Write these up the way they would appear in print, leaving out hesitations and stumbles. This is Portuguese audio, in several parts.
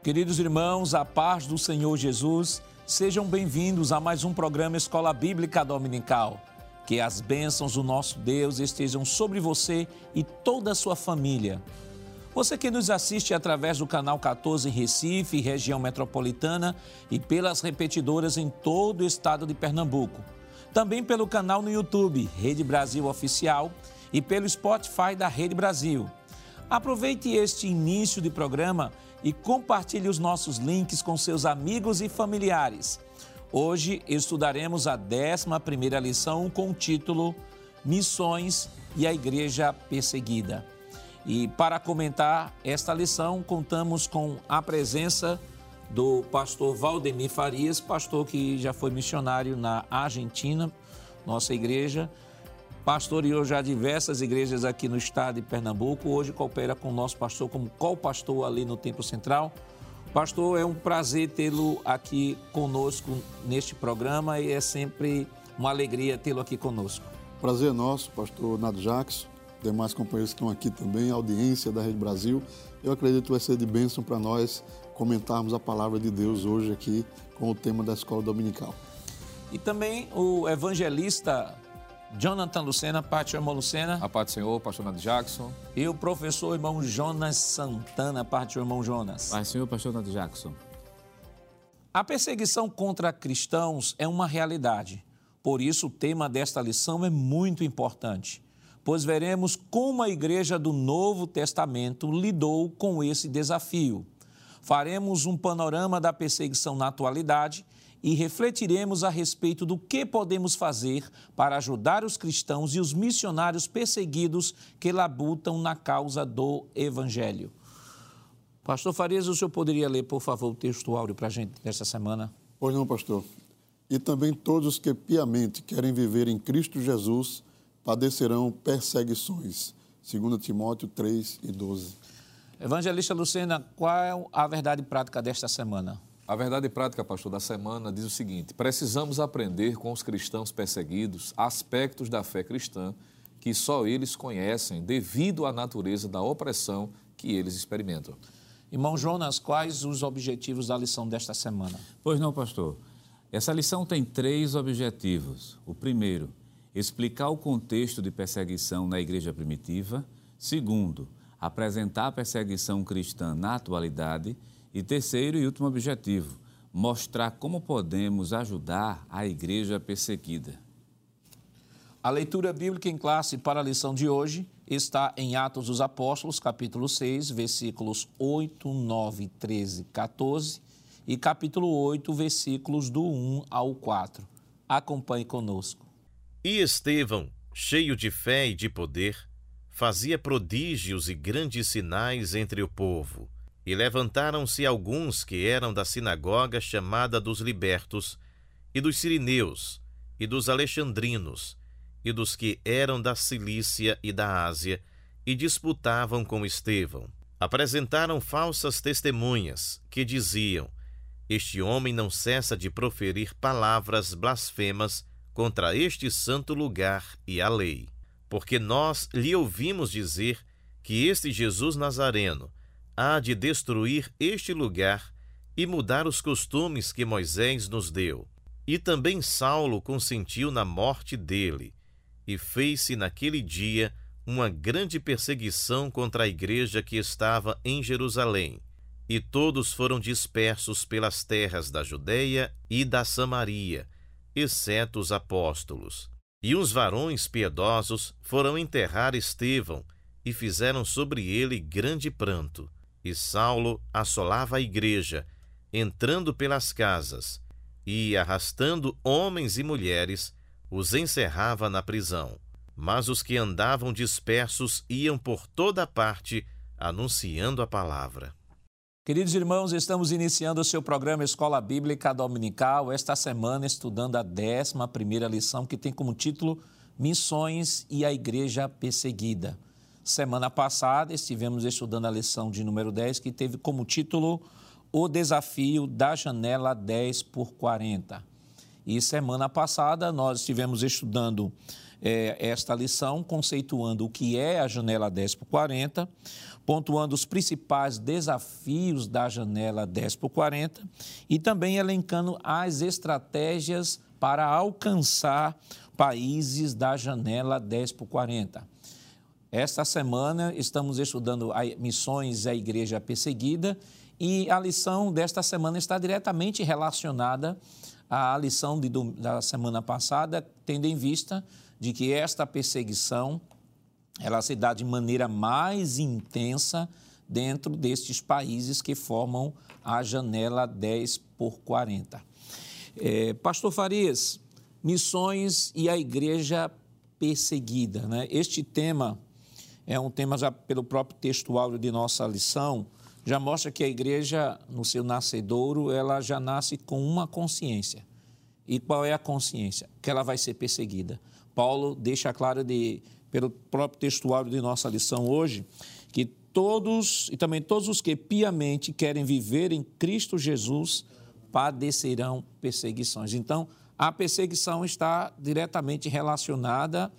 Queridos irmãos, a paz do Senhor Jesus, sejam bem-vindos a mais um programa Escola Bíblica Dominical. Que as bênçãos do nosso Deus estejam sobre você e toda a sua família. Você que nos assiste através do canal 14 em Recife, região metropolitana e pelas repetidoras em todo o estado de Pernambuco. Também pelo canal no YouTube, Rede Brasil Oficial, e pelo Spotify da Rede Brasil. Aproveite este início de programa e compartilhe os nossos links com seus amigos e familiares. Hoje estudaremos a 11ª lição com o título Missões e a Igreja Perseguida. E para comentar esta lição, contamos com a presença do pastor Valdemir Farias, pastor que já foi missionário na Argentina, nossa igreja, pastoreou já diversas igrejas aqui no estado de Pernambuco, hoje coopera com o nosso pastor como co-pastor ali no Templo Central. Pastor, é um prazer tê-lo aqui conosco neste programa e é sempre uma alegria tê-lo aqui conosco. Prazer é nosso, pastor Nado Jackson, demais companheiros que estão aqui também, a audiência da Rede Brasil. Eu acredito que vai ser de bênção para nós comentarmos a palavra de Deus hoje aqui com o tema da Escola Dominical. E também o evangelista Jonathan Lucena, paz do Senhor, irmão Lucena. A paz do Senhor, pastor Nado Jackson. E o professor irmão Jonas Santana, paz do Senhor, irmão Jonas. Paz do Senhor, pastor Nado Jackson. A perseguição contra cristãos é uma realidade. Por isso, o tema desta lição é muito importante, pois veremos como a igreja do Novo Testamento lidou com esse desafio. Faremos um panorama da perseguição na atualidade e refletiremos a respeito do que podemos fazer para ajudar os cristãos e os missionários perseguidos que labutam na causa do Evangelho. Pastor Farias, o senhor poderia ler, por favor, o texto áureo para a gente nesta semana? Pois não, pastor. E também todos os que piamente querem viver em Cristo Jesus padecerão perseguições. 2 Timóteo 3:12. Evangelista Lucena, qual é a verdade prática desta semana? A verdade prática, pastor, da semana diz o seguinte: precisamos aprender com os cristãos perseguidos aspectos da fé cristã que só eles conhecem devido à natureza da opressão que eles experimentam. Irmão Jonas, quais os objetivos da lição desta semana? Pois não, pastor. Essa lição tem 3 objetivos. O primeiro, explicar o contexto de perseguição na igreja primitiva. Segundo, apresentar a perseguição cristã na atualidade. E terceiro e último objetivo, mostrar como podemos ajudar a igreja perseguida. A leitura bíblica em classe para a lição de hoje está em Atos dos Apóstolos, capítulo 6, versículos 8, 9, 13, 14 e capítulo 8, versículos do 1 ao 4. Acompanhe conosco. E Estevão, cheio de fé e de poder, fazia prodígios e grandes sinais entre o povo. E levantaram-se alguns que eram da sinagoga chamada dos libertos, e dos sirineus, e dos alexandrinos, e dos que eram da Cilícia e da Ásia, e disputavam com Estevão. Apresentaram falsas testemunhas, que diziam: este homem não cessa de proferir palavras blasfemas contra este santo lugar e a lei. Porque nós lhe ouvimos dizer que este Jesus Nazareno há de destruir este lugar e mudar os costumes que Moisés nos deu. E também Saulo consentiu na morte dele, e fez-se naquele dia uma grande perseguição contra a igreja que estava em Jerusalém, e todos foram dispersos pelas terras da Judeia e da Samaria, exceto os apóstolos. E uns varões piedosos foram enterrar Estevão, e fizeram sobre ele grande pranto. E Saulo assolava a igreja, entrando pelas casas, e, arrastando homens e mulheres, os encerrava na prisão. Mas os que andavam dispersos iam por toda parte, anunciando a palavra. Queridos irmãos, estamos iniciando o seu programa Escola Bíblica Dominical, esta semana estudando a 11ª lição, que tem como título Missões e a Igreja Perseguida. Semana passada estivemos estudando a lição de número 10, que teve como título O Desafio da Janela 10 por 40. E semana passada nós estivemos estudando esta lição, conceituando o que é a janela 10 por 40, pontuando os principais desafios da janela 10 por 40 e também elencando as estratégias para alcançar países da janela 10 por 40. Esta semana estamos estudando missões à igreja perseguida e a lição desta semana está diretamente relacionada à lição da semana passada, tendo em vista de que esta perseguição ela se dá de maneira mais intensa dentro destes países que formam a janela 10 por 40. Pastor Farias, missões e a igreja perseguida, né? Este tema é um tema já pelo próprio texto áureo de nossa lição, já mostra que a igreja, no seu nascedouro, ela já nasce com uma consciência. E qual é a consciência? Que ela vai ser perseguida. Paulo deixa claro, pelo próprio texto áureo de nossa lição hoje, que todos os que piamente querem viver em Cristo Jesus padecerão perseguições. Então, a perseguição está diretamente relacionada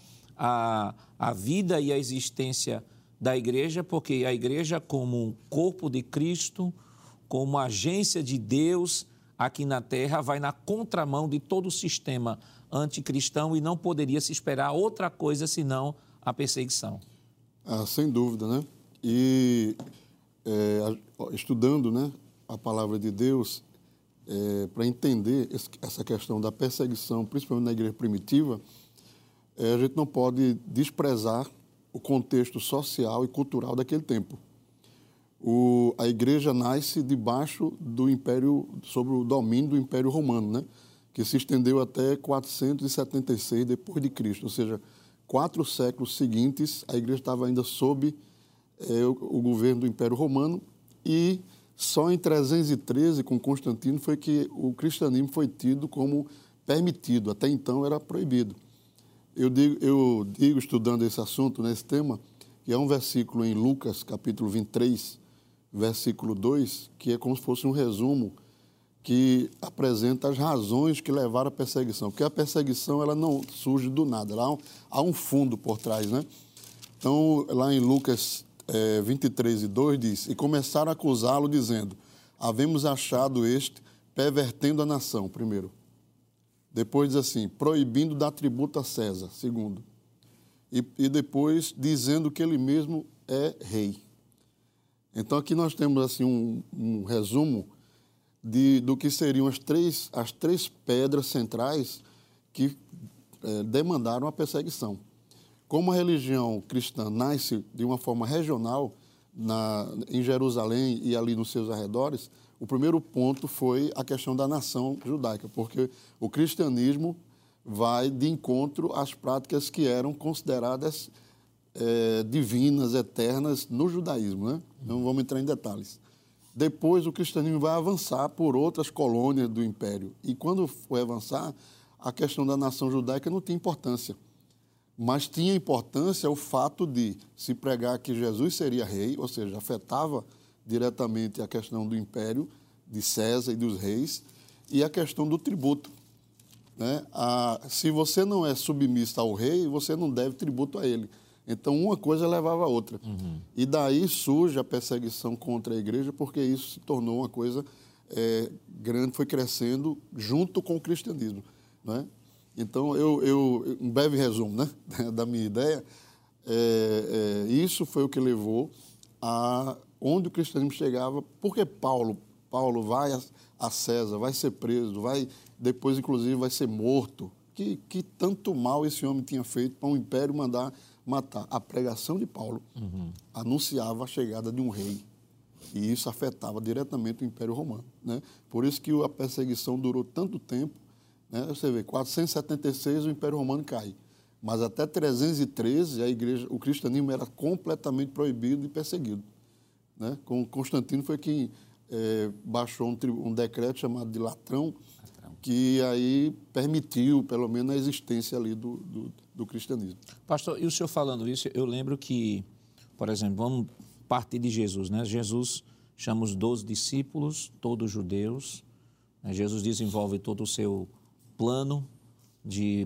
à vida e à existência da igreja, porque a igreja, como um corpo de Cristo, como agência de Deus aqui na terra, vai na contramão de todo o sistema anticristão e não poderia se esperar outra coisa senão a perseguição. Sem dúvida, né? E estudando, né, a palavra de Deus, para entender essa questão da perseguição, principalmente na igreja primitiva, a gente não pode desprezar o contexto social e cultural daquele tempo. A igreja nasce debaixo do império, sob o domínio do Império Romano, né? Que se estendeu até 476 depois de Cristo, ou seja, 4 séculos seguintes, a igreja estava ainda sob o governo do Império Romano e só em 313, com Constantino, foi que o cristianismo foi tido como permitido, até então era proibido. Eu digo, estudando esse assunto, nesse tema, que há um versículo em Lucas, capítulo 23, versículo 2, que é como se fosse um resumo que apresenta as razões que levaram à perseguição. Porque a perseguição ela não surge do nada, há um fundo por trás, né? Então, lá em Lucas 23 e 2 diz, e começaram a acusá-lo dizendo, havemos achado este pervertendo a nação, primeiro. Depois diz assim, proibindo dar tributo a César, segundo. E depois dizendo que ele mesmo é rei. Então, aqui nós temos assim, um resumo do que seriam as três pedras centrais que demandaram a perseguição. Como a religião cristã nasce de uma forma regional em Jerusalém e ali nos seus arredores, o primeiro ponto foi a questão da nação judaica, porque o cristianismo vai de encontro às práticas que eram consideradas divinas, eternas no judaísmo, né? Não vamos entrar em detalhes. Depois, o cristianismo vai avançar por outras colônias do império. E quando foi avançar, a questão da nação judaica não tinha importância. Mas tinha importância o fato de se pregar que Jesus seria rei, ou seja, afetava diretamente a questão do império, de César e dos reis, e a questão do tributo, né? Se você não é submisso ao rei, você não deve tributo a ele. Então, uma coisa levava a outra. Uhum. E daí surge a perseguição contra a igreja, porque isso se tornou uma coisa grande, foi crescendo junto com o cristianismo, né? Então, um breve resumo, né, da minha ideia, isso foi o que levou a onde o cristianismo chegava, porque Paulo vai a César, vai ser preso, depois, inclusive, vai ser morto. Que tanto mal esse homem tinha feito para um império mandar matar. A pregação de Paulo anunciava a chegada de um rei. E isso afetava diretamente o Império Romano, né? Por isso que a perseguição durou tanto tempo, né? Você vê, 476 o Império Romano cai. Mas até 313 o cristianismo era completamente proibido e perseguido, né? Com Constantino foi quem baixou um decreto chamado de Latrão, que aí permitiu, pelo menos, a existência ali do cristianismo. Pastor, e o senhor falando isso, eu lembro que, por exemplo, vamos partir de Jesus, né? Jesus chama os 12 discípulos, todos judeus, né? Jesus desenvolve todo o seu plano de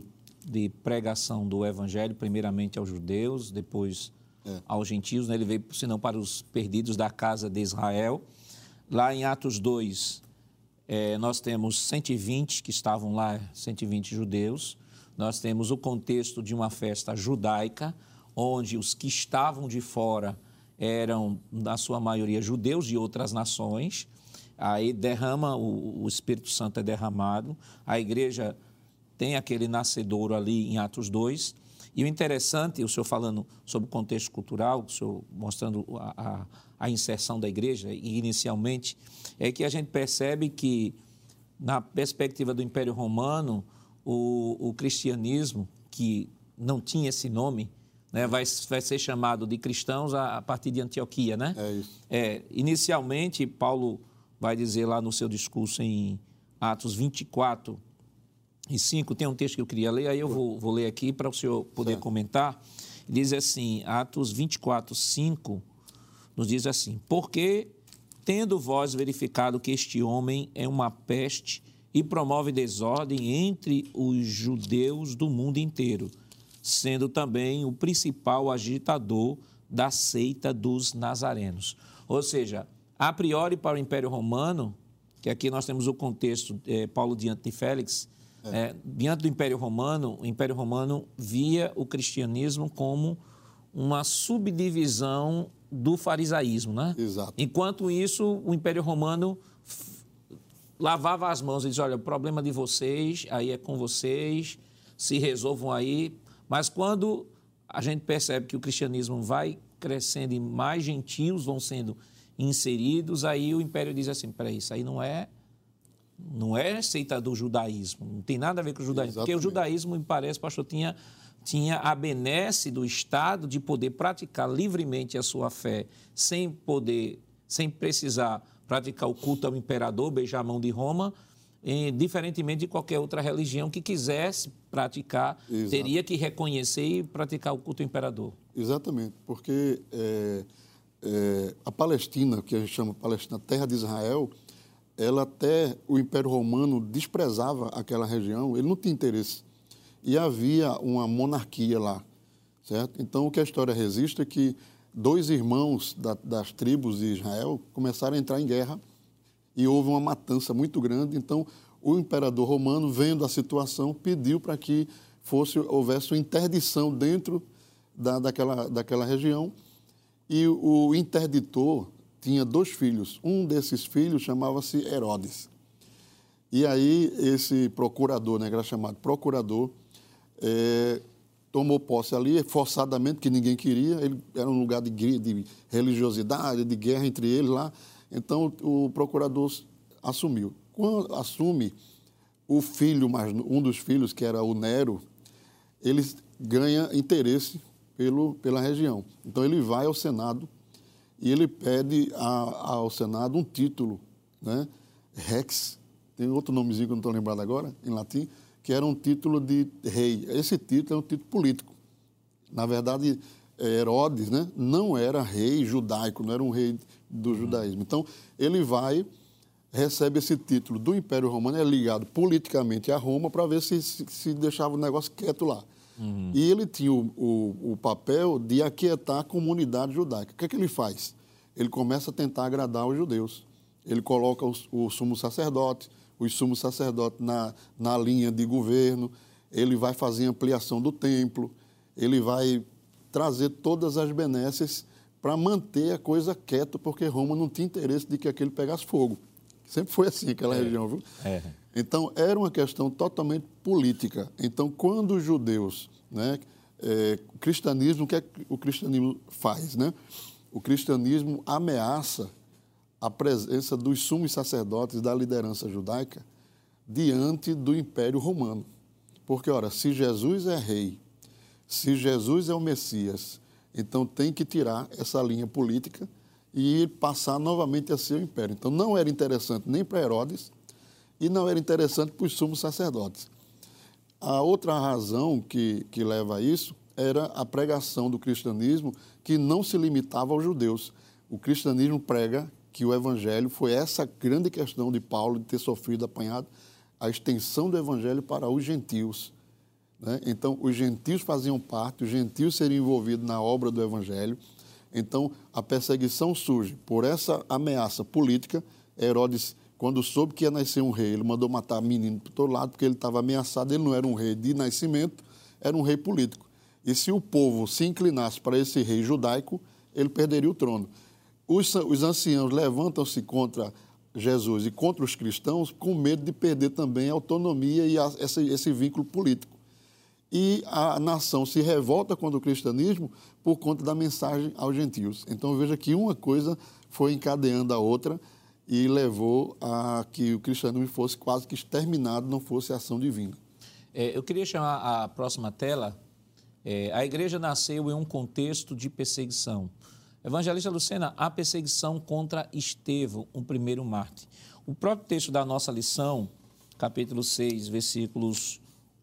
de pregação do evangelho, primeiramente aos judeus, depois aos gentios, né? Ele veio, senão, para os perdidos da casa de Israel. Lá em Atos 2, nós temos 120 que estavam lá, 120 judeus. Nós temos o contexto de uma festa judaica, onde os que estavam de fora eram, na sua maioria, judeus de outras nações. Aí o Espírito Santo é derramado, a igreja tem aquele nascedouro ali em Atos 2. E o interessante, o senhor falando sobre o contexto cultural, o senhor mostrando a inserção da igreja inicialmente, é que a gente percebe que, na perspectiva do Império Romano, o cristianismo, que não tinha esse nome, né, vai ser chamado de cristãos a partir de Antioquia, né? É isso. Inicialmente, Paulo vai dizer lá no seu discurso em Atos 24 e 5, tem um texto que eu queria ler, aí eu vou ler aqui para o senhor poder comentar. Diz assim, Atos 24, 5, nos diz assim: porque, tendo vós verificado que este homem é uma peste e promove desordem entre os judeus do mundo inteiro, sendo também o principal agitador da seita dos nazarenos. Ou seja, a priori para o Império Romano, que aqui nós temos o contexto, Paulo diante de Félix, diante do Império Romano, o Império Romano via o cristianismo como uma subdivisão do farisaísmo, né? Exato. Enquanto isso, o Império Romano lavava as mãos e dizia, olha, o problema de vocês, aí é com vocês, se resolvam aí. Mas quando a gente percebe que o cristianismo vai crescendo e mais gentios vão sendo inseridos, aí o Império diz assim, peraí, isso aí não é seita do judaísmo, não tem nada a ver com o judaísmo. Exatamente. Porque o judaísmo, me parece, pastor, tinha a benesse do Estado de poder praticar livremente a sua fé sem precisar praticar o culto ao imperador, beijar a mão de Roma, diferentemente de qualquer outra religião que quisesse praticar, Exato. teria que reconhecer e praticar o culto ao imperador. Exatamente, porque a Palestina, que a gente chama Palestina, terra de Israel, ela até o Império Romano desprezava aquela região, ele não tinha interesse. E havia uma monarquia lá, certo? Então, o que a história registra é que 2 irmãos das tribos de Israel começaram a entrar em guerra e houve uma matança muito grande. Então, o imperador romano, vendo a situação, pediu para que houvesse uma interdição dentro daquela região. E o interditor tinha 2 filhos. Um desses filhos chamava-se Herodes. E aí, esse procurador, né, que era chamado procurador, tomou posse ali, forçadamente, que ninguém queria. Ele era um lugar de religiosidade, de guerra entre eles lá. Então, o procurador assumiu. Quando assume, o filho, um dos filhos, que era o Nero, ele ganha interesse pela região. Então, ele vai ao Senado e ele pede ao Senado um título, né? Rex, tem outro nomezinho que eu não estou lembrado agora, em latim, que era um título de rei. Esse título é um título político. Na verdade, Herodes, né, não era rei judaico, não era um rei do judaísmo. Então, ele recebe esse título do Império Romano, é ligado politicamente a Roma para ver se deixava o negócio quieto lá. E ele tinha o papel de aquietar a comunidade judaica. O que é que ele faz? Ele começa a tentar agradar os judeus. Ele coloca o sumo sacerdote, os sumos sacerdotes na linha de governo, ele vai fazer ampliação do templo, ele vai trazer todas as benesses para manter a coisa quieta, porque Roma não tinha interesse de que aquilo pegasse fogo. Sempre foi assim, aquela região, viu? Então, era uma questão totalmente política. Então, quando os judeus, né, o cristianismo, o que é que o cristianismo faz, né? O cristianismo ameaça a presença dos sumos sacerdotes da liderança judaica diante do Império Romano. Porque, ora, se Jesus é rei, se Jesus é o Messias, então tem que tirar essa linha política e passar novamente a ser o império. Então, não era interessante nem para Herodes e não era interessante para os sumos sacerdotes. A outra razão que leva a isso era a pregação do cristianismo, que não se limitava aos judeus. O cristianismo prega que o evangelho foi essa grande questão de Paulo, de ter sofrido, apanhado, a extensão do evangelho para os gentios. né? Então, os gentios faziam parte, os gentios seriam envolvidos na obra do Evangelho. Então, a perseguição surge por essa ameaça política. Herodes, quando soube que ia nascer um rei, ele mandou matar menino por todo lado, porque ele estava ameaçado. Ele não era um rei de nascimento, era um rei político. E se o povo se inclinasse para esse rei judaico, ele perderia o trono. Os anciãos levantam-se contra Jesus e contra os cristãos com medo de perder também a autonomia e esse vínculo político. E a nação se revolta contra o cristianismo por conta da mensagem aos gentios. Então, veja que uma coisa foi encadeando a outra e levou a que o cristianismo fosse quase que exterminado, não fosse ação divina. Eu queria chamar a próxima tela. A igreja nasceu em um contexto de perseguição. Evangelista Lucena, a perseguição contra Estevão, um primeiro mártir. O próprio texto da nossa lição, capítulo 6, versículos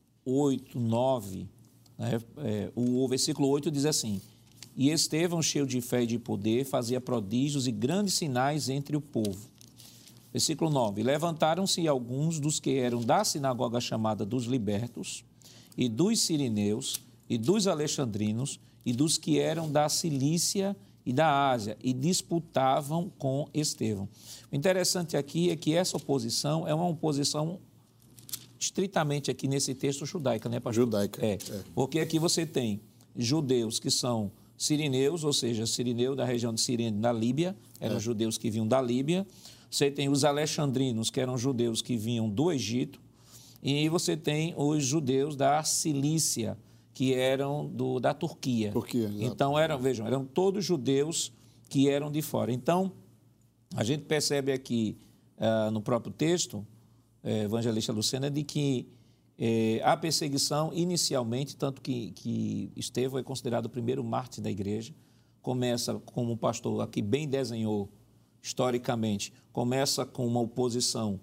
8, 9, né? O versículo 8 diz assim: E Estevão, cheio de fé e de poder, fazia prodígios e grandes sinais entre o povo. Versículo 9: Levantaram-se alguns dos que eram da sinagoga chamada dos libertos, e dos sirineus, e dos alexandrinos, e dos que eram da Cilícia e da Ásia, e disputavam com Estevão. O interessante aqui é que essa oposição é uma oposição estritamente aqui nesse texto judaica, né, pastor? Judaica. Porque aqui você tem judeus que são sirineus, ou seja, sirineu da região de Cirene, na Líbia, eram judeus que vinham da Líbia. Você tem os alexandrinos, que eram judeus que vinham do Egito. E você tem os judeus da Cilícia, que eram da Turquia. Então, eram todos judeus que eram de fora. Então, a gente percebe aqui no próprio texto, evangelista Lucena, de que a perseguição, inicialmente, tanto que Estevão é considerado o primeiro mártir da igreja, começa, como o pastor aqui bem desenhou historicamente, começa com uma oposição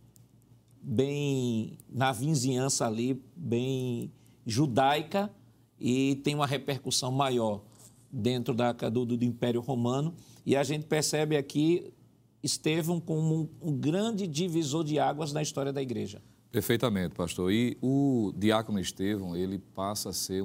bem na vizinhança ali, bem judaica, e tem uma repercussão maior dentro do Império Romano. E a gente percebe aqui Estevão como um grande divisor de águas na história da igreja. Perfeitamente, pastor. E o diácono Estevão, ele passa a ser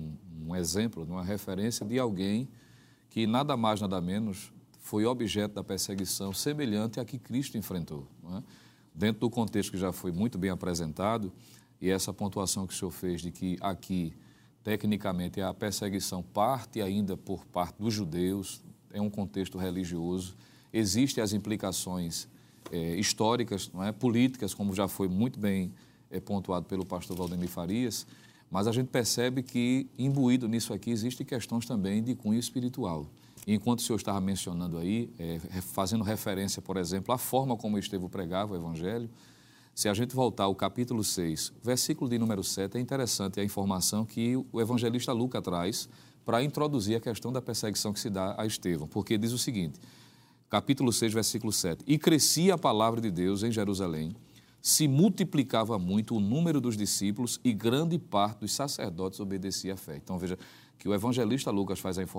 um exemplo, uma referência de alguém que nada mais, nada menos foi objeto da perseguição semelhante à que Cristo enfrentou, não é? Dentro do contexto que já foi muito bem apresentado, e essa pontuação que o senhor fez de que aqui, tecnicamente, a perseguição parte ainda por parte dos judeus, é um contexto religioso, existem as implicações históricas, não é? Políticas, como já foi muito bem pontuado pelo pastor Valdemir Farias, mas a gente percebe que, imbuído nisso aqui, existem questões também de cunho espiritual. E enquanto o senhor estava mencionando aí, fazendo referência, por exemplo, à forma como Estevão pregava o Evangelho, se a gente voltar ao capítulo 6, versículo de número 7, é interessante a informação que o evangelista Lucas traz para introduzir a questão da perseguição que se dá a Estevão, porque diz o seguinte, capítulo 6, versículo 7, E crescia a palavra de Deus em Jerusalém, se multiplicava muito o número dos discípulos e grande parte dos sacerdotes obedecia à fé. Então, veja que o evangelista Lucas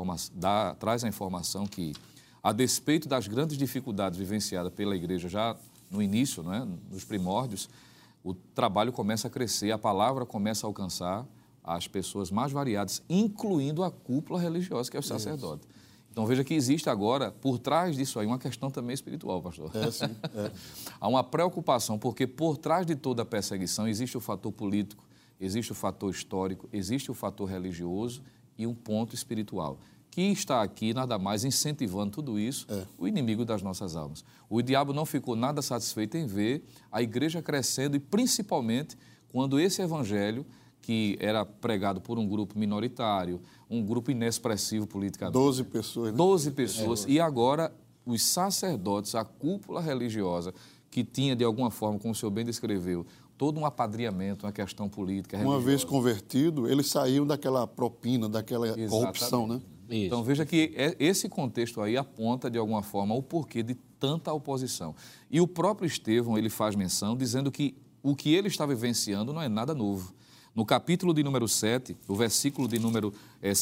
traz a informação que, a despeito das grandes dificuldades vivenciadas pela igreja já no início, né, nos primórdios, o trabalho começa a crescer, a palavra começa a alcançar as pessoas mais variadas, incluindo a cúpula religiosa, que é o sacerdote. Então, veja que existe agora, por trás disso aí, uma questão também espiritual, pastor. Sim. Há uma preocupação, porque por trás de toda a perseguição existe o fator político, existe o fator histórico, existe o fator religioso e um ponto espiritual. Que está aqui, nada mais, incentivando tudo isso, o inimigo das nossas almas. O diabo não ficou nada satisfeito em ver a igreja crescendo e, principalmente, quando esse evangelho, que era pregado por um grupo minoritário, um grupo inexpressivo politicamente. 12 pessoas. Né? 12 pessoas. E agora, os sacerdotes, a cúpula religiosa, que tinha, de alguma forma, como o senhor bem descreveu, todo um apadrinhamento, uma questão política, religiosa. Uma vez convertido, eles saíam daquela propina, daquela corrupção, né? Isso. Então, veja que esse contexto aí aponta, de alguma forma, o porquê de tanta oposição. E o próprio Estevão, ele faz menção, dizendo que o que ele está vivenciando não é nada novo. No capítulo de número 7, o versículo de número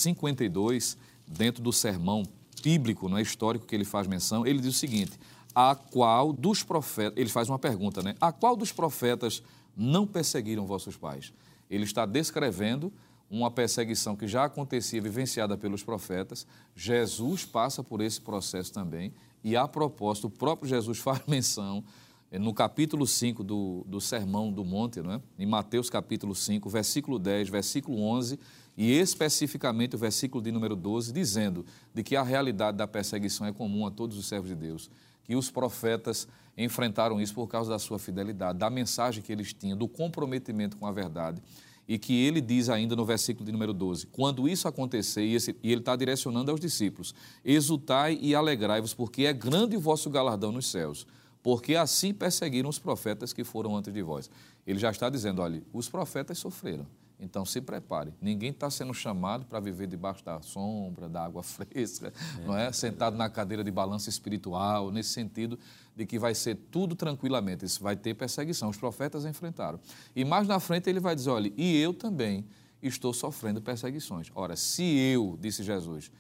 52, dentro do sermão bíblico, não é, histórico que ele faz menção, ele diz o seguinte, a qual dos profetas, ele faz uma pergunta, né? A qual dos profetas não perseguiram vossos pais? Ele está descrevendo uma perseguição que já acontecia, vivenciada pelos profetas. Jesus passa por esse processo também. E, a propósito, o próprio Jesus faz menção no capítulo 5 do Sermão do Monte, não é? Em Mateus capítulo 5, versículo 10, versículo 11, e especificamente o versículo de número 12, dizendo de que a realidade da perseguição é comum a todos os servos de Deus, que os profetas enfrentaram isso por causa da sua fidelidade, da mensagem que eles tinham, do comprometimento com a verdade, e que ele diz ainda no versículo de número 12, quando isso acontecer, e ele está direcionando aos discípulos, exultai e alegrai-vos, porque é grande o vosso galardão nos céus, porque assim perseguiram os profetas que foram antes de vós. Ele já está dizendo, olha, os profetas sofreram, então se prepare. Ninguém está sendo chamado para viver debaixo da sombra, da água fresca, não é? Sentado na cadeira de balanço espiritual, nesse sentido de que vai ser tudo tranquilamente. Isso vai ter perseguição, os profetas enfrentaram. E mais na frente ele vai dizer, olha, e eu também estou sofrendo perseguições. Ora, se eu, disse Jesus,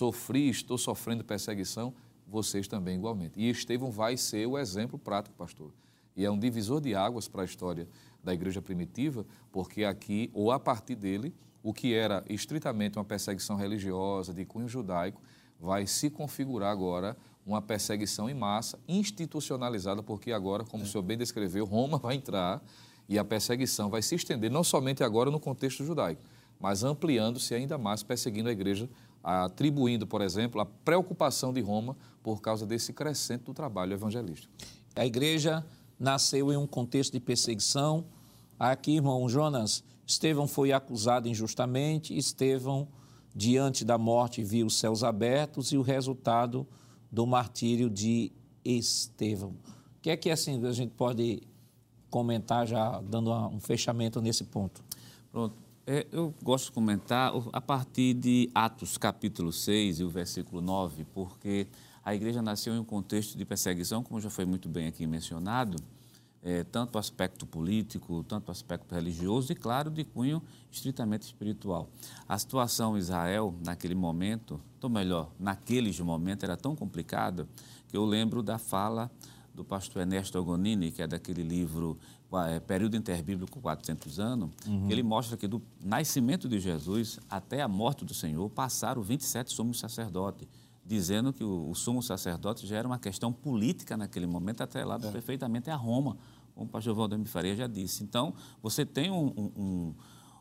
estou sofrendo perseguição, vocês também igualmente. E Estevão vai ser o exemplo prático, pastor. E é um divisor de águas para a história da igreja primitiva, porque aqui, ou a partir dele, o que era estritamente uma perseguição religiosa de cunho judaico, vai se configurar agora uma perseguição em massa, institucionalizada, porque agora, como o senhor bem descreveu, Roma vai entrar e a perseguição vai se estender, não somente agora no contexto judaico, mas ampliando-se ainda mais, perseguindo a igreja, atribuindo, por exemplo, a preocupação de Roma por causa desse crescente do trabalho evangelístico. A igreja nasceu em um contexto de perseguição. Aqui, irmão Jonas, Estevão foi acusado injustamente, Estevão, diante da morte, viu os céus abertos e o resultado do martírio de Estevão. O que é que assim, a gente pode comentar, já dando um fechamento nesse ponto? Pronto. Eu gosto de comentar a partir de Atos capítulo 6 e o versículo 9, porque a igreja nasceu em um contexto de perseguição, como já foi muito bem aqui mencionado, tanto o aspecto político, tanto o aspecto religioso e, claro, de cunho estritamente espiritual. A situação em Israel, naquele momento, ou melhor, naqueles momentos, era tão complicada que eu lembro da fala do pastor Ernesto Agonini, que é daquele livro Período Interbíblico 400 anos, ele mostra que do nascimento de Jesus até a morte do Senhor passaram 27 sumos sacerdotes, dizendo que o sumo sacerdote já era uma questão política naquele momento, atrelado perfeitamente a Roma, como o pastor Valdemir Faria já disse. Então, você tem um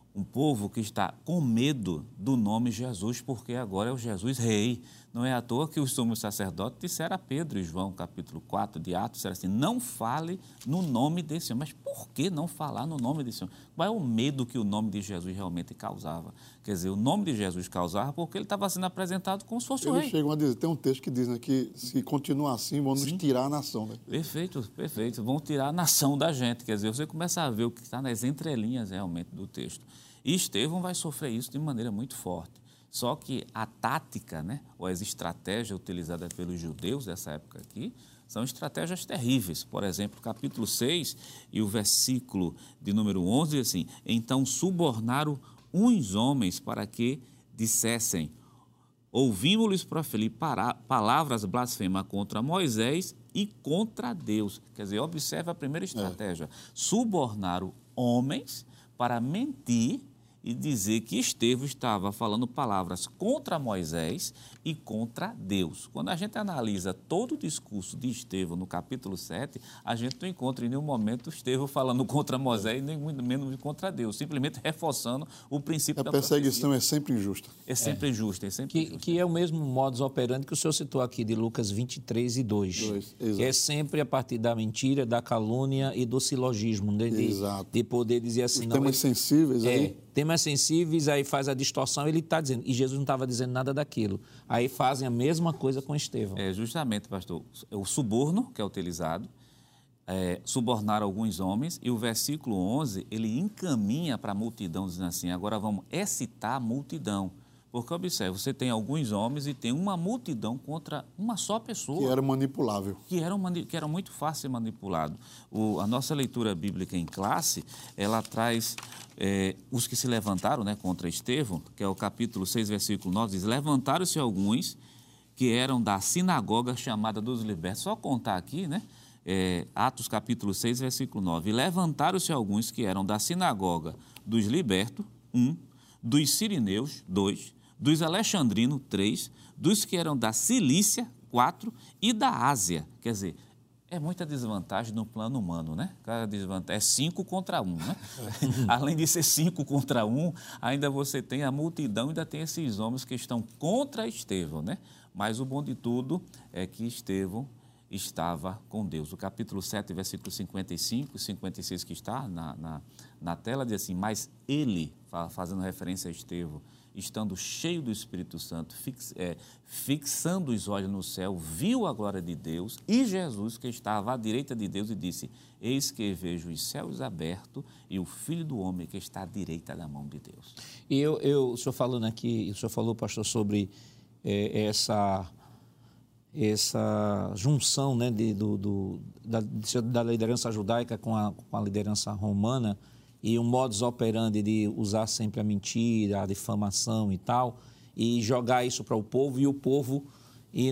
povo que está com medo do nome Jesus, porque agora é o Jesus Rei. Não é à toa que os sumos sacerdotes disseram a Pedro e João, capítulo 4 de Atos, disseram assim, não fale no nome desse homem. Mas por que não falar no nome desse homem? Qual é o medo que o nome de Jesus realmente causava? Quer dizer, o nome de Jesus causava porque ele estava sendo apresentado como se fosse o rei. Eles chegam a dizer, tem um texto que diz, né, que se continuar assim, vão nos tirar a nação. Né? Perfeito, perfeito. Vão tirar a nação da gente. Quer dizer, você começa a ver o que está nas entrelinhas realmente do texto. E Estevão vai sofrer isso de maneira muito forte. Só que a tática, né, ou as estratégias utilizadas pelos judeus dessa época aqui, são estratégias terríveis. Por exemplo, capítulo 6 e o versículo de número 11, diz assim, então subornaram uns homens para que dissessem, ouvimos-lhes proferir palavras blasfemas contra Moisés e contra Deus. Quer dizer, observe a primeira estratégia. Subornaram homens para mentir e dizer que Estevão estava falando palavras contra Moisés e contra Deus. Quando a gente analisa todo o discurso de Estevão no capítulo 7, a gente não encontra em nenhum momento Estevão falando contra Moisés, nem muito menos contra Deus, simplesmente reforçando o princípio da profecia. A perseguição é sempre injusta. É sempre injusta, é sempre injusta. Que é o mesmo modus operandi que o senhor citou aqui de Lucas 23 e 2. Que é sempre a partir da mentira, da calúnia e do silogismo, né? De poder dizer assim... Os temas sensíveis aí... Temas sensíveis, aí faz a distorção, ele está dizendo, e Jesus não estava dizendo nada daquilo. Aí fazem a mesma coisa com Estevão. Justamente, pastor, o suborno que é utilizado, subornar alguns homens, e o versículo 11, ele encaminha para a multidão, dizendo assim, agora vamos excitar a multidão. Porque, observe, você tem alguns homens e tem uma multidão contra uma só pessoa. Que era manipulável. Que era muito fácil ser manipulado. A nossa leitura bíblica em classe, ela traz os que se levantaram, né, contra Estevão, que é o capítulo 6, versículo 9, diz, levantaram-se alguns que eram da sinagoga chamada dos libertos. Só contar aqui, né? Atos capítulo 6, versículo 9. E levantaram-se alguns que eram da sinagoga dos libertos, 1, dos sirineus, 2, dos alexandrinos, 3, dos que eram da Cilícia, 4, e da Ásia. Quer dizer, é muita desvantagem no plano humano, né? É 5 contra 1, né? Além de ser 5 contra 1, ainda você tem a multidão, ainda tem esses homens que estão contra Estevão, né? Mas o bom de tudo é que Estevão estava com Deus. O capítulo 7, versículo 55 e 56 que está na tela, diz assim, mas ele, fazendo referência a Estevão, estando cheio do Espírito Santo, fixando os olhos no céu, viu a glória de Deus e Jesus que estava à direita de Deus e disse, eis que vejo os céus abertos e o Filho do Homem que está à direita da mão de Deus. E o senhor falando aqui, o senhor falou, pastor, sobre essa junção, né, da liderança judaica com a liderança romana, e um modus operandi de usar sempre a mentira, a difamação e tal, e jogar isso para o povo, e o povo ir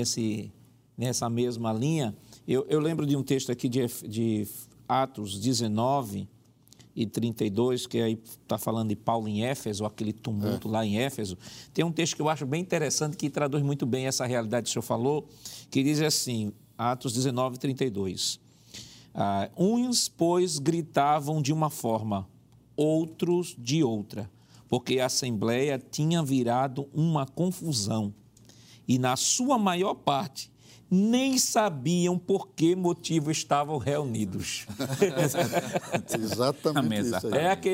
nessa mesma linha. Eu lembro de um texto aqui de Atos 19 e 32, que aí está falando de Paulo em Éfeso, aquele tumulto lá em Éfeso. Tem um texto que eu acho bem interessante, que traduz muito bem essa realidade que o senhor falou, que diz assim, Atos 19, 32... uns, pois, gritavam de uma forma, outros de outra, porque a assembleia tinha virado uma confusão e, na sua maior parte, nem sabiam por que motivo estavam reunidos. Exatamente isso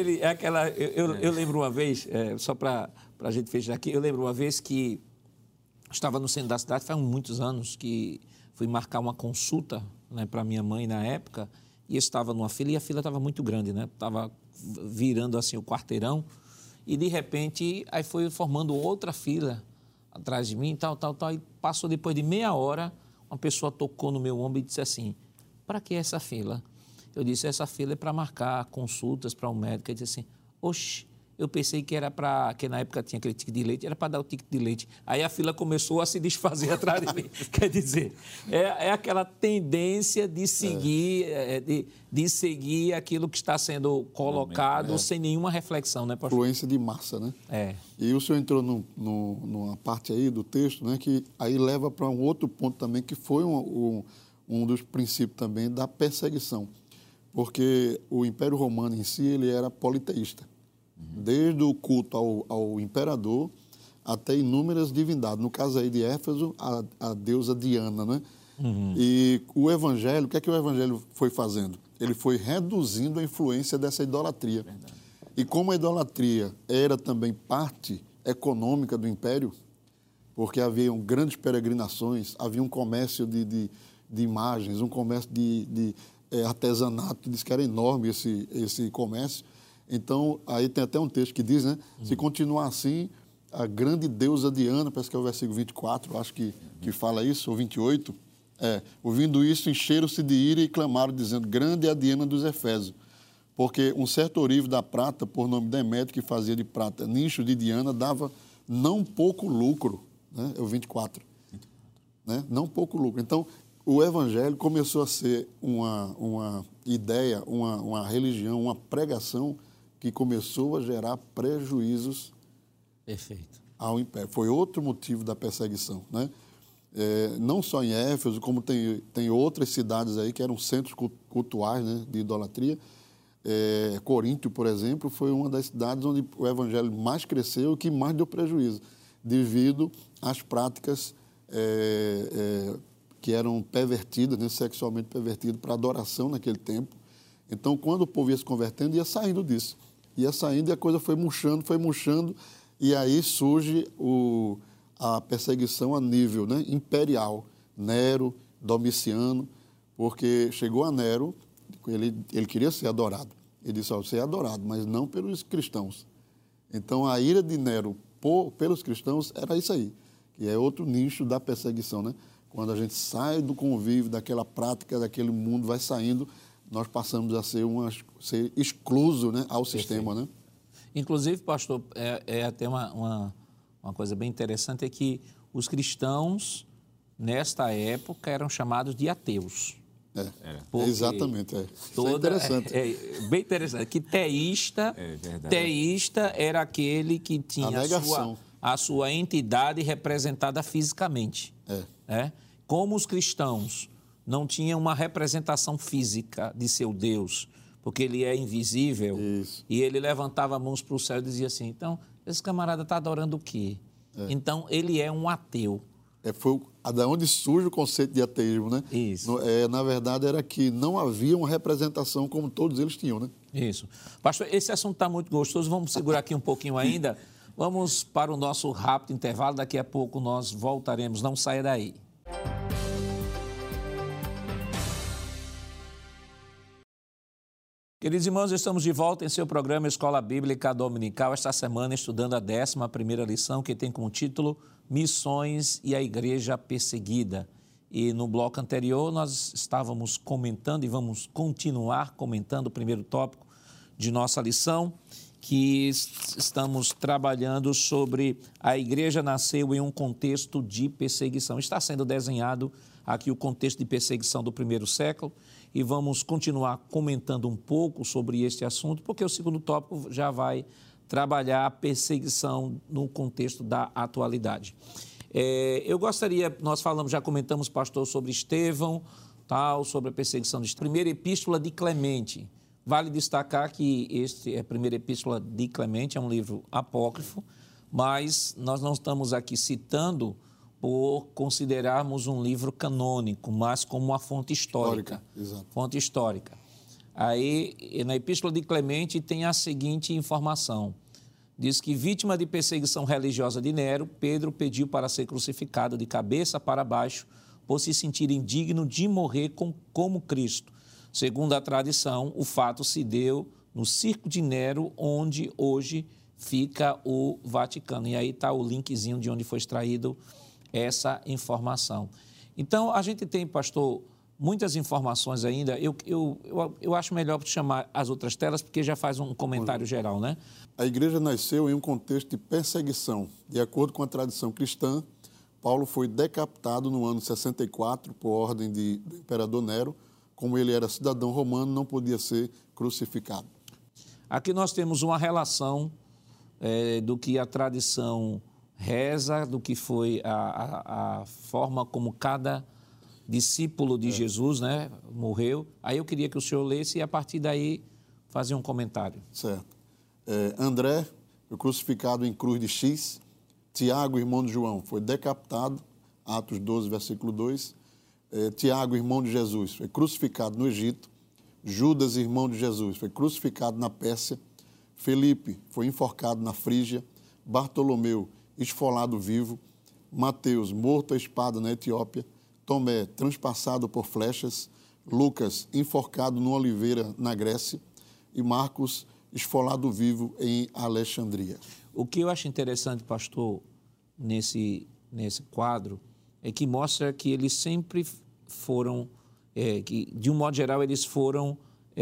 aí. Eu lembro uma vez, só para a gente fechar aqui, eu lembro uma vez que estava no centro da cidade, faz muitos anos, que fui marcar uma consulta, né, para minha mãe na época, e estava numa fila, e a fila estava muito grande, né? Estava virando assim o quarteirão, e de repente aí foi formando outra fila atrás de mim, tal, e passou depois de meia hora, uma pessoa tocou no meu ombro e disse assim, para que essa fila? Eu disse, essa fila é para marcar consultas para um médico. Ele disse assim, oxe, eu pensei que era para, que na época tinha aquele ticket de leite, era para dar o ticket de leite. Aí a fila começou a se desfazer atrás de mim. Quer dizer, é aquela tendência de seguir, de seguir aquilo que está sendo colocado sem nenhuma reflexão, né, pastor? Influência de massa, né? E o senhor entrou numa parte aí do texto, né, que aí leva para um outro ponto também, que foi um dos princípios também da perseguição. Porque o Império Romano em si, ele era politeísta. Desde o culto ao imperador até inúmeras divindades. No caso aí de Éfeso, a deusa Diana, né? E o evangelho, o que é que o evangelho foi fazendo? Ele foi reduzindo a influência dessa idolatria. Verdade. E como a idolatria era também parte econômica do império, porque haviam grandes peregrinações, havia um comércio de imagens, um comércio de artesanato, diz que era enorme esse comércio. Então, aí tem até um texto que diz, né? Se continuar assim, a grande deusa Diana, parece que é o versículo 24, acho que fala isso, ou 28, ouvindo isso, encheram-se de ira e clamaram, dizendo, grande é a Diana dos Efésios, porque um certo ourive da prata, por nome Demétrio, que fazia de prata nicho de Diana, dava não pouco lucro, né? É o 24, né? Não pouco lucro. Então, o evangelho começou a ser uma ideia, uma religião, uma pregação que começou a gerar prejuízos ao império. Foi outro motivo da perseguição, né? Não só em Éfeso, como tem outras cidades aí que eram centros cultuais, né, de idolatria. Coríntio, por exemplo, foi uma das cidades onde o evangelho mais cresceu e que mais deu prejuízo, devido às práticas que eram pervertidas, né, sexualmente pervertidas, para adoração naquele tempo. Então, quando o povo ia se convertendo, ia saindo disso. Ia saindo e a coisa foi murchando, e aí surge a perseguição a nível, né, imperial. Nero, Domiciano, porque chegou a Nero, ele queria ser adorado. Ele disse, você é adorado, mas não pelos cristãos. Então, a ira de Nero pelos cristãos era isso aí, que é outro nicho da perseguição, né? Quando a gente sai do convívio, daquela prática, daquele mundo, vai saindo, nós passamos a ser excluso, né, ao sistema, né? Inclusive, pastor, até uma coisa bem interessante, é que os cristãos, nesta época, eram chamados de ateus. Exatamente. Isso é interessante. Bem interessante. Que teísta era aquele que tinha a sua entidade representada fisicamente. Como os cristãos não tinham uma representação física de seu Deus, porque ele é invisível, e ele levantava as mãos para o céu e dizia assim, então, esse camarada está adorando o quê? Então, ele é um ateu. Foi da onde surge o conceito de ateísmo, né? Isso. Na verdade, era que não havia uma representação como todos eles tinham, né? Isso. Pastor, esse assunto está muito gostoso, vamos segurar aqui um pouquinho ainda. Vamos para o nosso rápido intervalo, daqui a pouco nós voltaremos, não saia daí. Queridos irmãos, estamos de volta em seu programa Escola Bíblica Dominical, esta semana estudando a 11ª lição, que tem como título Missões e a Igreja Perseguida. E no bloco anterior nós estávamos comentando e vamos continuar comentando o primeiro tópico de nossa lição, que estamos trabalhando sobre a igreja nasceu em um contexto de perseguição. Está sendo desenhado aqui o contexto de perseguição do primeiro século, e vamos continuar comentando um pouco sobre este assunto, porque o segundo tópico já vai trabalhar a perseguição no contexto da atualidade. Eu gostaria, nós já comentamos, pastor, sobre Estevão, sobre a perseguição de Estevão. Primeira epístola de Clemente. Vale destacar que a primeira epístola de Clemente é um livro apócrifo, mas nós não estamos aqui citando por considerarmos um livro canônico, mas como uma fonte histórica. Exato. Fonte histórica. Aí, na Epístola de Clemente, tem a seguinte informação. Diz que, vítima de perseguição religiosa de Nero, Pedro pediu para ser crucificado de cabeça para baixo, por se sentir indigno de morrer como Cristo. Segundo a tradição, o fato se deu no Circo de Nero, onde hoje fica o Vaticano. E aí está o linkzinho de onde foi extraído essa informação. Então, a gente tem, pastor, muitas informações ainda. Eu acho melhor chamar as outras telas, porque já faz um comentário geral, né? A igreja nasceu em um contexto de perseguição. De acordo com a tradição cristã, Paulo foi decapitado no ano 64 por ordem do imperador Nero. Como ele era cidadão romano, não podia ser crucificado. Aqui nós temos uma relação do que a tradição reza, do que foi a forma como cada discípulo de Jesus, né, morreu. Aí eu queria que o senhor lesse e, a partir daí, fazer um comentário. Certo. André foi crucificado em cruz de X. Tiago, irmão de João, foi decapitado, Atos 12, versículo 2. Tiago, irmão de Jesus, foi crucificado no Egito. Judas, irmão de Jesus, foi crucificado na Pérsia. Felipe foi enforcado na Frígia. Bartolomeu, esfolado vivo. Mateus, morto à espada na Etiópia. Tomé, transpassado por flechas. Lucas, enforcado numa oliveira na Grécia. E Marcos, esfolado vivo em Alexandria. O que eu acho interessante, pastor, nesse quadro, é que mostra que eles sempre foram, que de um modo geral, eles foram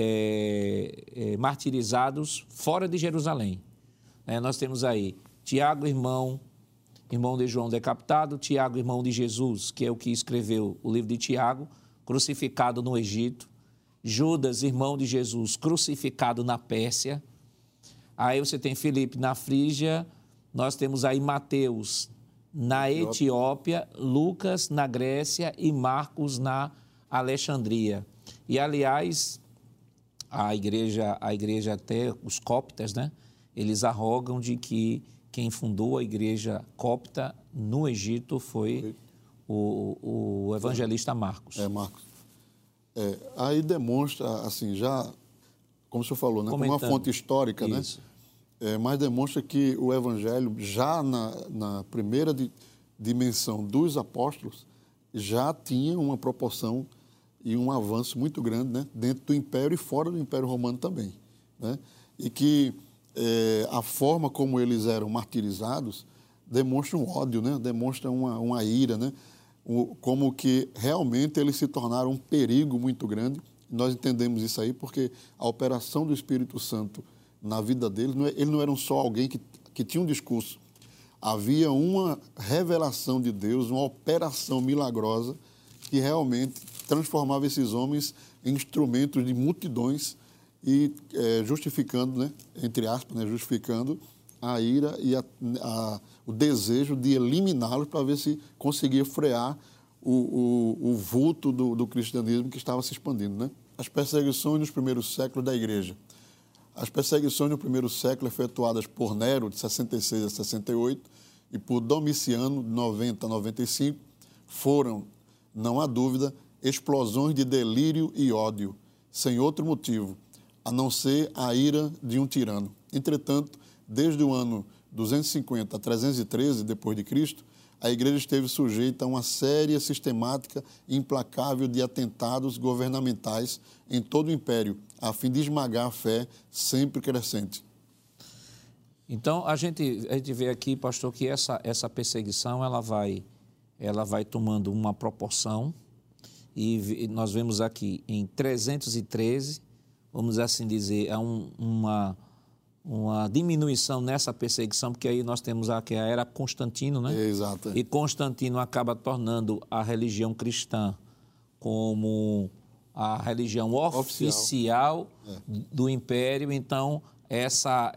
martirizados fora de Jerusalém. Nós temos aí Tiago, irmão de João decapitado, Tiago, irmão de Jesus, que é o que escreveu o livro de Tiago, crucificado no Egito, Judas, irmão de Jesus, crucificado na Pérsia. Aí você tem Filipe na Frígia, nós temos aí Mateus na Etiópia, Lucas na Grécia e Marcos na Alexandria. E, aliás, a igreja até, os coptas, né, eles arrogam de que quem fundou a igreja copta no Egito foi o evangelista Marcos. Marcos. Aí demonstra, assim, já, como o senhor falou, né, como uma fonte histórica, isso, né? Mas demonstra que o Evangelho, já na primeira dimensão dos apóstolos, já tinha uma proporção e um avanço muito grande, né? Dentro do Império e fora do Império Romano também, né? E que a forma como eles eram martirizados demonstra um ódio, né? Demonstra uma ira, né? Como que realmente eles se tornaram um perigo muito grande. Nós entendemos isso aí porque a operação do Espírito Santo na vida deles, eles não eram só alguém que tinha um discurso. Havia uma revelação de Deus, uma operação milagrosa que realmente transformava esses homens em instrumentos de multidões e justificando, né, entre aspas, né, justificando a ira e o desejo de eliminá-los para ver se conseguia frear o vulto do cristianismo que estava se expandindo, né? As perseguições nos primeiros séculos da igreja. As perseguições no primeiro século efetuadas por Nero, de 66 a 68, e por Domiciano, de 90 a 95, foram, não há dúvida, explosões de delírio e ódio, sem outro motivo, a não ser a ira de um tirano. Entretanto, desde o ano 250 a 313 depois de Cristo, a igreja esteve sujeita a uma séria, sistemática e implacável de atentados governamentais em todo o império, a fim de esmagar a fé sempre crescente. Então, a gente vê aqui, pastor, que essa perseguição ela vai tomando uma proporção, e nós vemos aqui em 313, vamos assim dizer, uma diminuição nessa perseguição, porque aí nós temos aqui a era Constantino, né? Exato. E Constantino acaba tornando a religião cristã como a religião oficial do império. Então, essa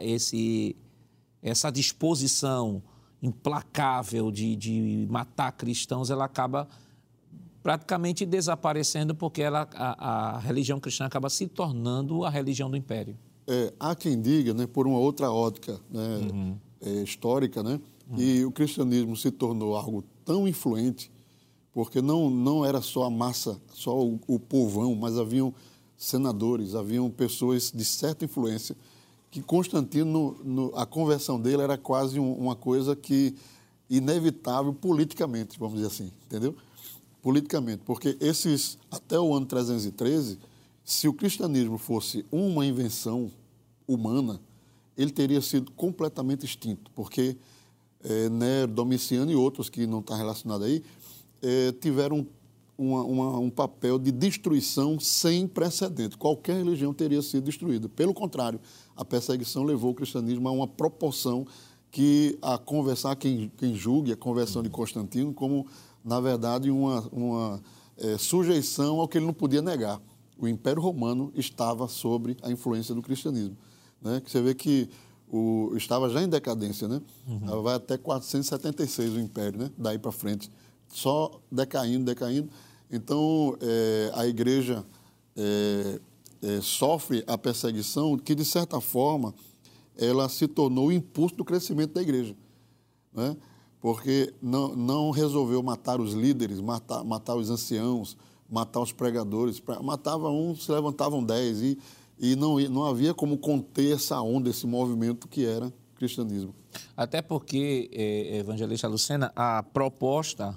disposição implacável de matar cristãos, ela acaba praticamente desaparecendo, porque a religião cristã acaba se tornando a religião do império. Há quem diga, né, por uma outra ótica, né, histórica, né, que o cristianismo se tornou algo tão influente, porque não era só a massa, só o povão, mas haviam senadores, haviam pessoas de certa influência, que Constantino, a conversão dele era quase uma coisa que inevitável politicamente, vamos dizer assim, entendeu? Politicamente, porque até o ano 313, se o cristianismo fosse uma invenção humana, ele teria sido completamente extinto, porque Nero, Domiciano e outros que não estão relacionados aí, tiveram um papel de destruição sem precedente. Qualquer religião teria sido destruída. Pelo contrário, a perseguição levou o cristianismo a uma proporção que quem julgue a conversão de Constantino como, na verdade, uma sujeição ao que ele não podia negar. O Império Romano estava sob a influência do cristianismo, né? Que você vê que estava já em decadência, né? Vai até 476 o Império, né? Daí para frente, só decaindo. Então, a igreja sofre a perseguição que, de certa forma, ela se tornou o impulso do crescimento da igreja, né? Porque não resolveu matar os líderes, matar os anciãos, matar os pregadores. Matava um, se levantavam 10, e não havia como conter essa onda, esse movimento que era o cristianismo. Até porque, evangelista Lucena, a proposta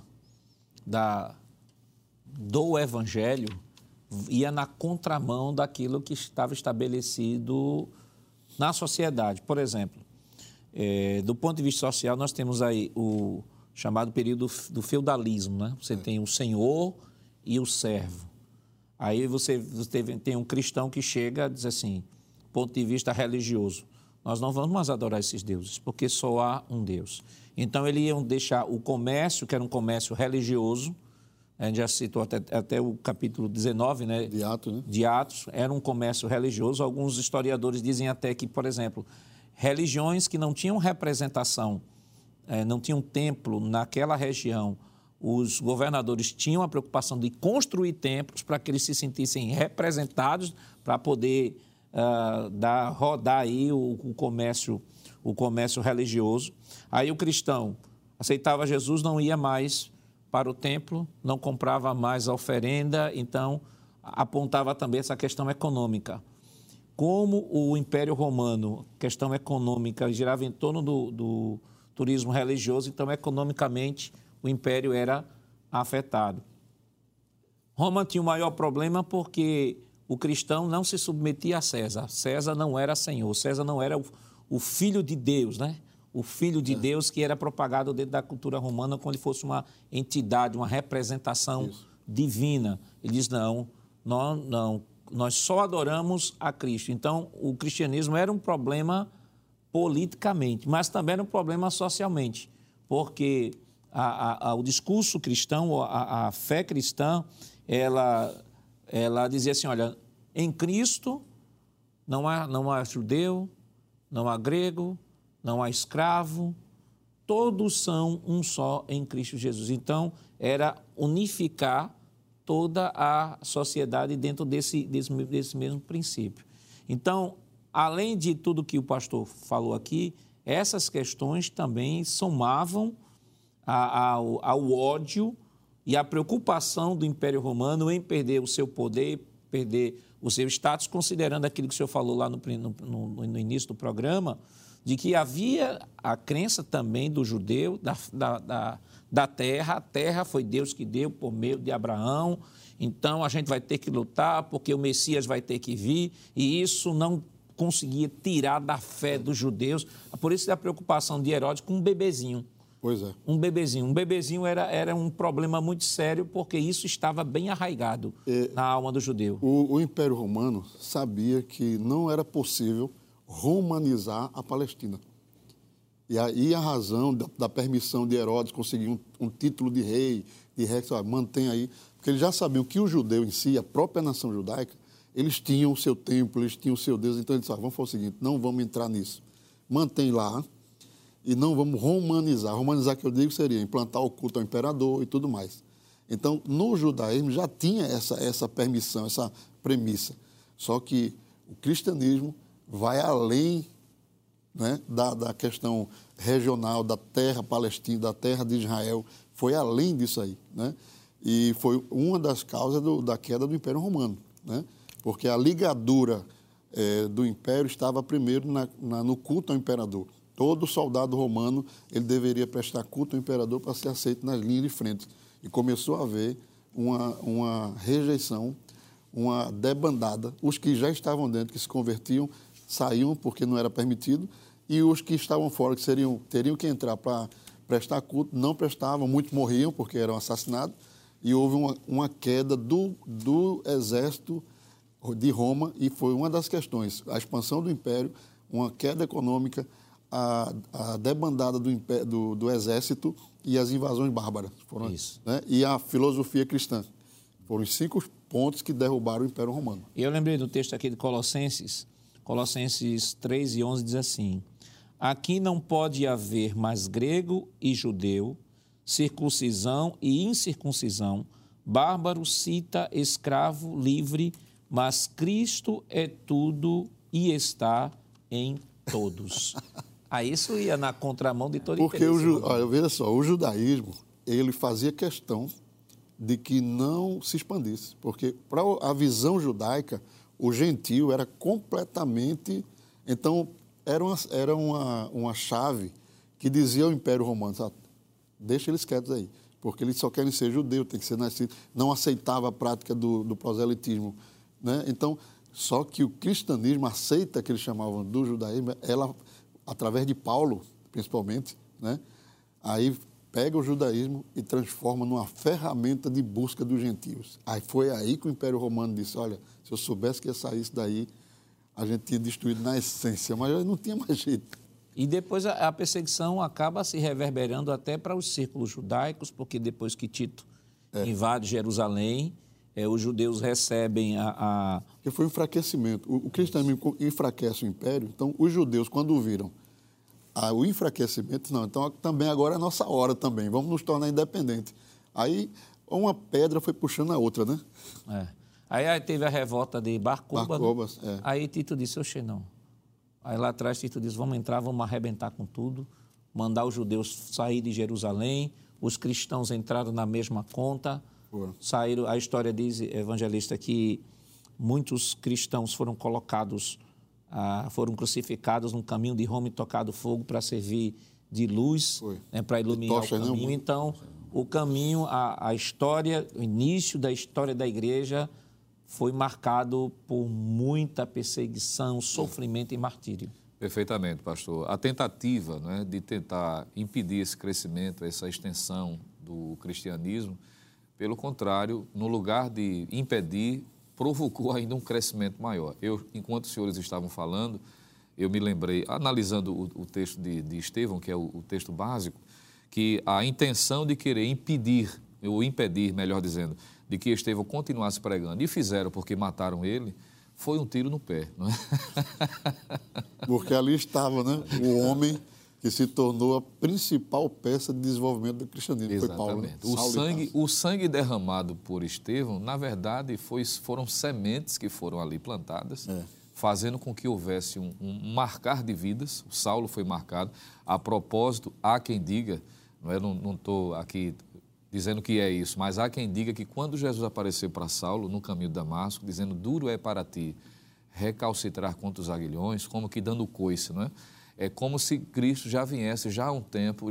do evangelho ia na contramão daquilo que estava estabelecido na sociedade. Por exemplo, do ponto de vista social, nós temos aí o chamado período do feudalismo, né? Você tem o senhor e o servo. Aí você tem um cristão que chega e diz assim, do ponto de vista religioso, nós não vamos mais adorar esses deuses, porque só há um Deus. Então, eles iam deixar o comércio, que era um comércio religioso, a gente já citou até o capítulo 19, né? De Atos, era um comércio religioso. Alguns historiadores dizem até que, por exemplo, religiões que não tinham representação, não tinham templo naquela região, os governadores tinham a preocupação de construir templos para que eles se sentissem representados, para poder rodar aí o comércio religioso. Aí o cristão aceitava Jesus, não ia mais para o templo, não comprava mais a oferenda, então apontava também essa questão econômica. Como o Império Romano, questão econômica, girava em torno do turismo religioso, então economicamente o império era afetado. Roma tinha o maior problema porque o cristão não se submetia a César. César não era senhor, César não era o filho de Deus, né? O filho de Deus que era propagado dentro da cultura romana como se fosse uma entidade, uma representação divina. Ele diz, não, nós só adoramos a Cristo. Então, o cristianismo era um problema politicamente, mas também era um problema socialmente, porque o discurso cristão, a fé cristã, ela dizia assim, olha, em Cristo não há judeu, não há grego, não há escravo, todos são um só em Cristo Jesus. Então, era unificar toda a sociedade dentro desse mesmo princípio. Então, além de tudo que o pastor falou aqui, essas questões também somavam ao ódio e à preocupação do Império Romano em perder o seu poder, perder o seu status, considerando aquilo que o senhor falou lá no início do programa, de que havia a crença também do judeu, da terra. A terra foi Deus que deu por meio de Abraão, então a gente vai ter que lutar porque o Messias vai ter que vir, e isso não conseguia tirar da fé dos judeus. Por isso a preocupação de Herodes com um bebezinho. Pois é. Um bebezinho. Um bebezinho era um problema muito sério, porque isso estava bem arraigado na alma do judeu. O Império Romano sabia que não era possível romanizar a Palestina. E aí a razão da permissão de Herodes conseguir um título de rei, mantém aí, porque eles já sabiam que o judeu em si, a própria nação judaica, eles tinham o seu templo, eles tinham o seu Deus, então eles disseram, vamos fazer o seguinte, não vamos entrar nisso. Mantém lá e não vamos romanizar. Romanizar, que eu digo, seria implantar o culto ao imperador e tudo mais. Então, no judaísmo já tinha essa permissão, essa premissa. Só que o cristianismo vai além, né, da questão regional, da terra palestina, da terra de Israel, foi além disso aí, né? E foi uma das causas da queda do Império Romano, né? Porque a ligadura do Império estava primeiro no culto ao imperador. Todo soldado romano ele deveria prestar culto ao imperador para ser aceito nas linhas de frente. E começou a haver uma rejeição, uma debandada. Os que já estavam dentro, que se convertiam, saíam porque não era permitido, e os que estavam fora, que teriam que entrar para prestar culto, não prestavam, muitos morriam porque eram assassinados, e houve uma queda do exército de Roma, e foi uma das questões, a expansão do império, uma queda econômica, a debandada do exército e as invasões bárbaras. Foram, isso. Né? E a filosofia cristã. Foram os 5 pontos que derrubaram o Império Romano. E eu lembrei do texto aqui de Colossenses 3 e 11 diz assim, aqui não pode haver mais grego e judeu, circuncisão e incircuncisão, bárbaro, cita, escravo, livre, mas Cristo é tudo e está em todos. Isso ia na contramão de todo porque veja só, o judaísmo, ele fazia questão de que não se expandisse, porque para a visão judaica, o gentio era completamente... Então, era uma chave que dizia ao Império Romano, sabe? Deixa eles quietos aí, porque eles só querem ser judeu, tem que ser nascido. Não aceitava a prática do proselitismo, né? Então, só que o cristianismo aceita, que eles chamavam do judaísmo, ela, através de Paulo, principalmente, né? Aí pega o judaísmo e transforma numa ferramenta de busca dos gentios. Aí foi aí que o Império Romano disse, olha, se eu soubesse que ia sair isso daí, a gente tinha destruído na essência, mas não tinha mais jeito. E depois a perseguição acaba se reverberando até para os círculos judaicos, porque depois que Tito invade Jerusalém, os judeus recebem Porque foi um enfraquecimento. O cristianismo enfraquece o império, então os judeus, quando viram o enfraquecimento, não, então também agora é a nossa hora também, vamos nos tornar independentes. Aí uma pedra foi puxando a outra, né? Aí teve a revolta de Bar Kokhba, né? Aí Tito disse, oxe, não. Aí lá atrás Tito disse, vamos entrar, vamos arrebentar com tudo, mandar os judeus sair de Jerusalém, os cristãos entraram na mesma conta, saíram, a história diz, evangelista, que muitos cristãos foram colocados, foram crucificados no caminho de Roma e tocado fogo para servir de luz, né, para iluminar o caminho. Então, o caminho, a história, o início da história da igreja foi marcado por muita perseguição, sofrimento e martírio. Perfeitamente, pastor. A tentativa, né, de tentar impedir esse crescimento, essa extensão do cristianismo, pelo contrário, no lugar de impedir, provocou ainda um crescimento maior. Enquanto os senhores estavam falando, eu me lembrei, analisando o texto de Estevão, que é o texto básico, que a intenção de querer impedir, melhor dizendo, de que Estevão continuasse pregando, e fizeram porque mataram ele, foi um tiro no pé, não é? Porque ali estava, né, o homem que se tornou a principal peça de desenvolvimento do cristianismo. Exatamente. Foi Paulo, né? O sangue derramado por Estevão, na verdade, foram sementes que foram ali plantadas, fazendo com que houvesse um marcar de vidas. O Saulo foi marcado. A propósito, há quem diga, não estou aqui dizendo que é isso, mas há quem diga que quando Jesus apareceu para Saulo no caminho de Damasco, dizendo, duro é para ti recalcitrar contra os aguilhões, como que dando coice, não é? É como se Cristo já viesse, já há um tempo,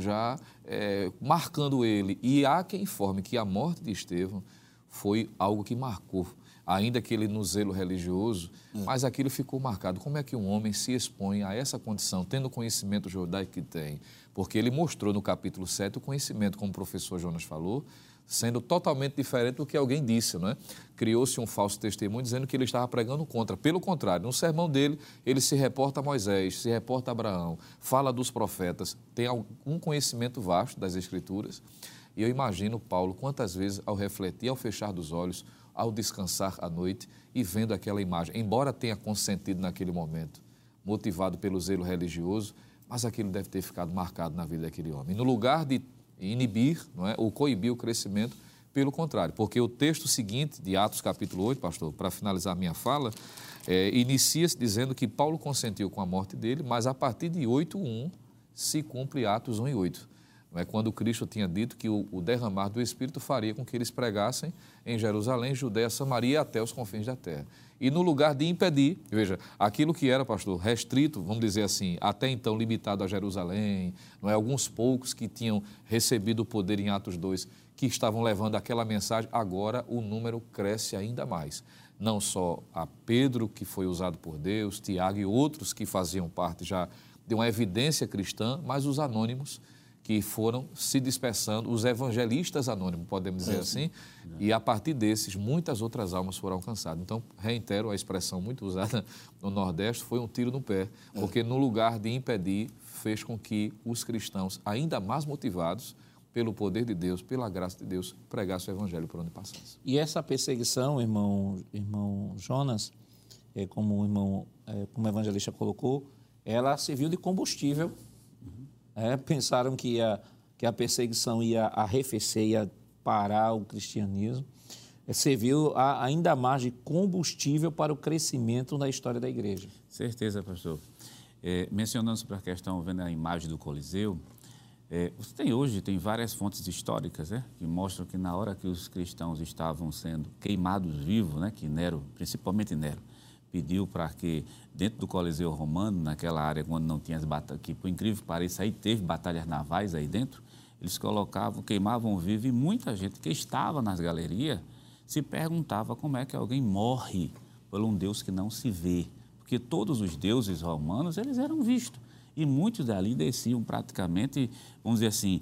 marcando ele. E há quem informe que a morte de Estevão foi algo que marcou, ainda que ele no zelo religioso, mas aquilo ficou marcado. Como é que um homem se expõe a essa condição, tendo o conhecimento judaico que tem? Porque ele mostrou no capítulo 7 o conhecimento, como o professor Jonas falou, sendo totalmente diferente do que alguém disse, não é? Criou-se um falso testemunho dizendo que ele estava pregando contra. Pelo contrário, no sermão dele, ele se reporta a Moisés, se reporta a Abraão, fala dos profetas, tem um conhecimento vasto das Escrituras. E eu imagino Paulo, quantas vezes, ao refletir, ao fechar dos olhos, ao descansar à noite e vendo aquela imagem, embora tenha consentido naquele momento, motivado pelo zelo religioso, mas aquilo deve ter ficado marcado na vida daquele homem. No lugar de inibir, não é, ou coibir o crescimento, pelo contrário, porque o texto seguinte de Atos capítulo 8, pastor, para finalizar a minha fala, inicia-se dizendo que Paulo consentiu com a morte dele, mas a partir de 8:1 se cumpre Atos 1:8. Não é? Quando Cristo tinha dito que o derramar do Espírito faria com que eles pregassem em Jerusalém, Judeia, Samaria até os confins da terra. E no lugar de impedir, veja, aquilo que era, pastor, restrito, vamos dizer assim, até então limitado a Jerusalém, não é? Alguns poucos que tinham recebido o poder em Atos 2, que estavam levando aquela mensagem, agora o número cresce ainda mais. Não só a Pedro, que foi usado por Deus, Tiago e outros que faziam parte já de uma evidência cristã, mas os anônimos, que foram se dispersando, os evangelistas anônimos, podemos dizer assim, e a partir desses, muitas outras almas foram alcançadas. Então, reitero a expressão muito usada no Nordeste, foi um tiro no pé, porque no lugar de impedir, fez com que os cristãos, ainda mais motivados pelo poder de Deus, pela graça de Deus, pregassem o evangelho por onde passasse. E essa perseguição, irmão Jonas, como o evangelista colocou, ela serviu de combustível. Pensaram que a perseguição ia arrefecer, ia parar o cristianismo. Serviu ainda mais de combustível para o crescimento da história da igreja. Certeza, pastor. Mencionando sobre a questão, vendo a imagem do Coliseu, você tem várias fontes históricas, que mostram que na hora que os cristãos estavam sendo queimados vivos, que Nero, principalmente Nero, pediu para que, dentro do Coliseu Romano, naquela área quando não tinha as batalhas, que por incrível que pareça, aí teve batalhas navais aí dentro, eles queimavam vivo, e muita gente que estava nas galerias se perguntava como é que alguém morre por um Deus que não se vê, porque todos os deuses romanos, eles eram vistos. E muitos dali desciam praticamente, vamos dizer assim,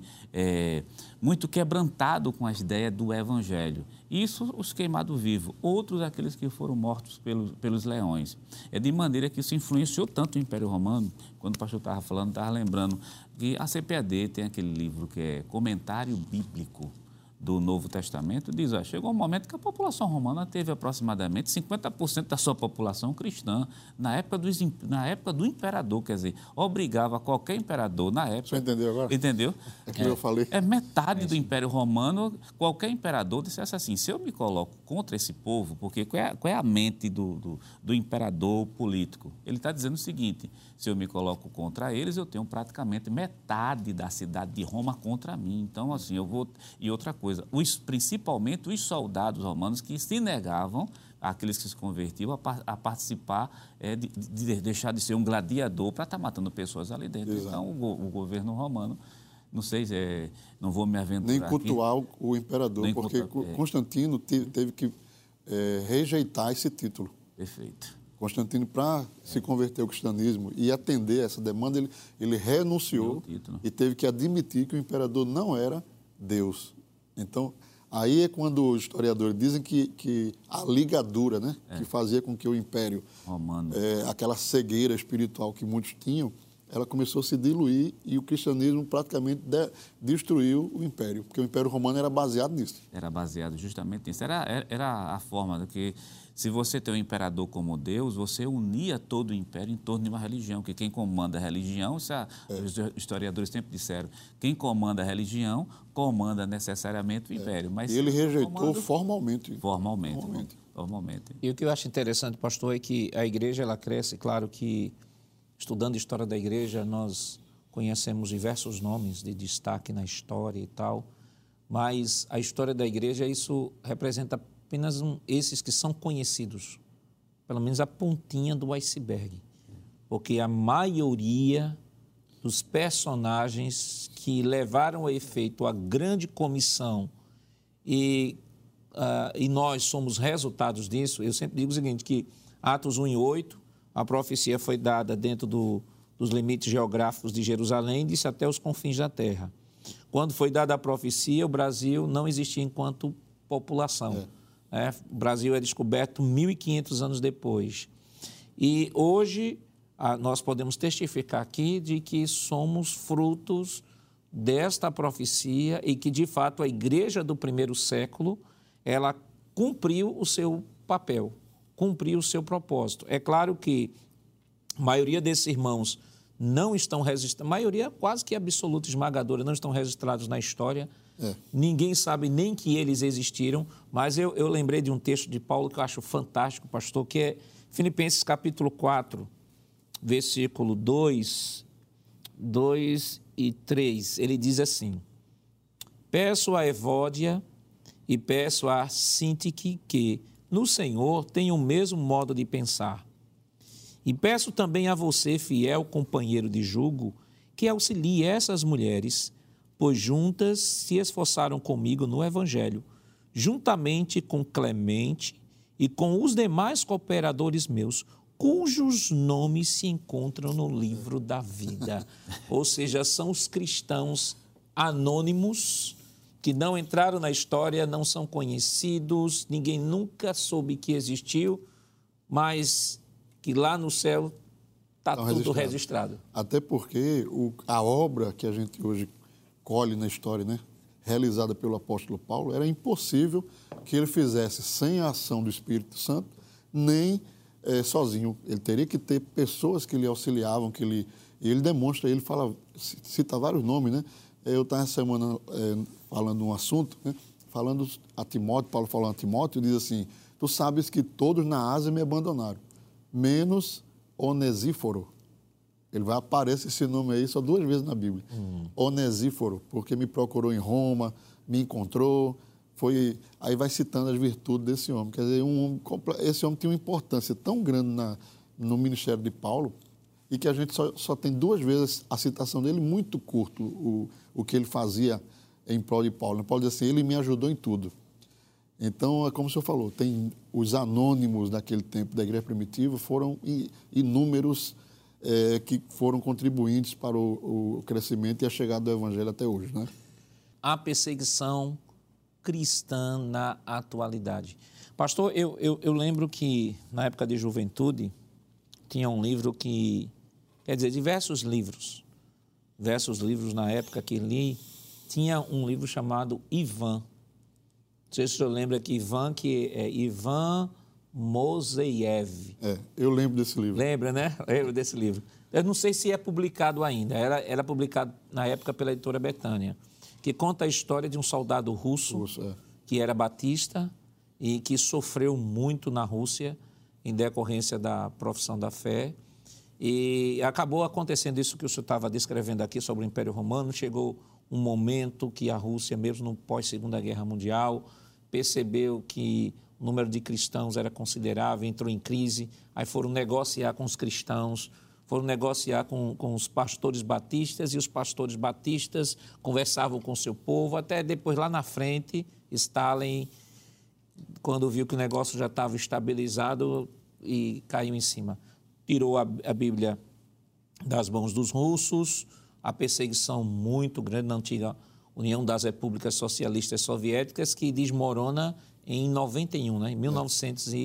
muito quebrantado com as ideias do Evangelho. Isso os queimados vivos, outros aqueles que foram mortos pelos leões. De maneira que isso influenciou tanto o Império Romano. Quando o pastor estava falando, estava lembrando que a CPAD tem aquele livro que é Comentário Bíblico do Novo Testamento, diz, chegou um momento que a população romana teve aproximadamente 50% da sua população cristã, na época do imperador, quer dizer, obrigava qualquer imperador na época... Você entendeu agora? Entendeu? Aquilo eu falei. Metade do Império Romano, qualquer imperador dissesse assim, se eu me coloco contra esse povo, porque qual é a mente do imperador político? Ele está dizendo o seguinte, se eu me coloco contra eles, eu tenho praticamente metade da cidade de Roma contra mim. Então, assim, eu vou... E outra coisa, principalmente os soldados romanos que se negavam, aqueles que se convertiam, a participar, de deixar de ser um gladiador para estar matando pessoas ali dentro. Exato. Então, o governo romano, não sei, não vou me aventurar nem cultuar aqui, o imperador, porque Constantino teve que rejeitar esse título. Perfeito. Constantino, para se converter ao cristianismo e atender essa demanda, ele renunciou e teve que admitir que o imperador não era Deus. Então, aí é quando os historiadores dizem que a ligadura, que fazia com que o Império Romano, aquela cegueira espiritual que muitos tinham, ela começou a se diluir e o cristianismo praticamente destruiu o Império, porque o Império Romano era baseado nisso. Era baseado justamente nisso. Era a forma de que, se você tem um imperador como Deus, você unia todo o império em torno de uma religião, que quem comanda a religião, os historiadores sempre disseram, quem comanda a religião comanda necessariamente o império. Mas e ele rejeitou formalmente. Formalmente. E o que eu acho interessante, pastor, é que a igreja ela cresce, claro que, estudando a história da igreja, nós conhecemos diversos nomes de destaque na história e tal, mas a história da igreja, isso representa apenas esses que são conhecidos, pelo menos a pontinha do iceberg, porque a maioria dos personagens que levaram a efeito a grande comissão e nós somos resultados disso. Eu sempre digo o seguinte, que Atos 1:8, a profecia foi dada dentro dos limites geográficos de Jerusalém, disse até os confins da terra. Quando foi dada a profecia, o Brasil não existia enquanto população. O Brasil é descoberto 1.500 anos depois. E hoje nós podemos testificar aqui de que somos frutos desta profecia e que, de fato, a igreja do primeiro século, ela cumpriu o seu papel, cumpriu o seu propósito. É claro que a maioria desses irmãos não estão registrados, a maioria quase que absoluta, esmagadora, não estão registrados na história. Ninguém sabe nem que eles existiram, mas eu lembrei de um texto de Paulo que eu acho fantástico, pastor, que é Filipenses capítulo 4, versículo 2 e 3. Ele diz assim: peço a Evódia e peço a Sintique que, no Senhor, tenham o mesmo modo de pensar. E peço também a você, fiel companheiro de jugo, que auxilie essas mulheres, pois juntas se esforçaram comigo no Evangelho, juntamente com Clemente e com os demais cooperadores meus, cujos nomes se encontram no livro da vida. Ou seja, são os cristãos anônimos que não entraram na história, não são conhecidos, ninguém nunca soube que existiu, mas que lá no céu está tudo registrado. Até porque a obra que a gente hoje colhe na história, né, realizada pelo apóstolo Paulo, era impossível que ele fizesse sem a ação do Espírito Santo, nem sozinho. Ele teria que ter pessoas que lhe auxiliavam, e ele demonstra, ele fala, cita vários nomes, né? Eu estava essa semana falando um assunto, né? Falando a Timóteo, Paulo falando a Timóteo, diz assim: tu sabes que todos na Ásia me abandonaram, menos Onesíforo. Ele vai aparecer esse nome aí só 2 vezes na Bíblia. Onesíforo, porque me procurou em Roma, me encontrou, aí vai citando as virtudes desse homem. Quer dizer, esse homem tinha uma importância tão grande no ministério de Paulo, e que a gente só tem 2 vezes a citação dele, muito curto, o que ele fazia em prol de Paulo. Paulo diz assim: ele me ajudou em tudo. Então, é como o senhor falou, tem os anônimos daquele tempo da igreja primitiva, foram inúmeros que foram contribuintes para o crescimento e a chegada do evangelho até hoje, né? A perseguição cristã na atualidade. Pastor, eu lembro que na época de juventude tinha um livro que, quer dizer, diversos livros na época que li, tinha um livro chamado Ivan. Não sei se o senhor lembra que Ivan, que é Ivan Moseyev. Eu lembro desse livro. Lembra, né? Lembro desse livro. Eu não sei se é publicado ainda, era publicado na época pela editora Betânia, que conta a história de um soldado russo que era batista e que sofreu muito na Rússia em decorrência da profissão da fé. E acabou acontecendo isso que o senhor estava descrevendo aqui sobre o Império Romano. Chegou um momento que a Rússia, mesmo no pós-Segunda Guerra Mundial, percebeu que o número de cristãos era considerável, entrou em crise, aí foram negociar com os cristãos, foram negociar com os pastores batistas, e os pastores batistas conversavam com o seu povo, até depois, lá na frente, Stalin, quando viu que o negócio já estava estabilizado, e caiu em cima. Tirou a Bíblia das mãos dos russos, a perseguição muito grande na antiga União das Repúblicas Socialistas Soviéticas, que desmorona em 91, né? Em 1991.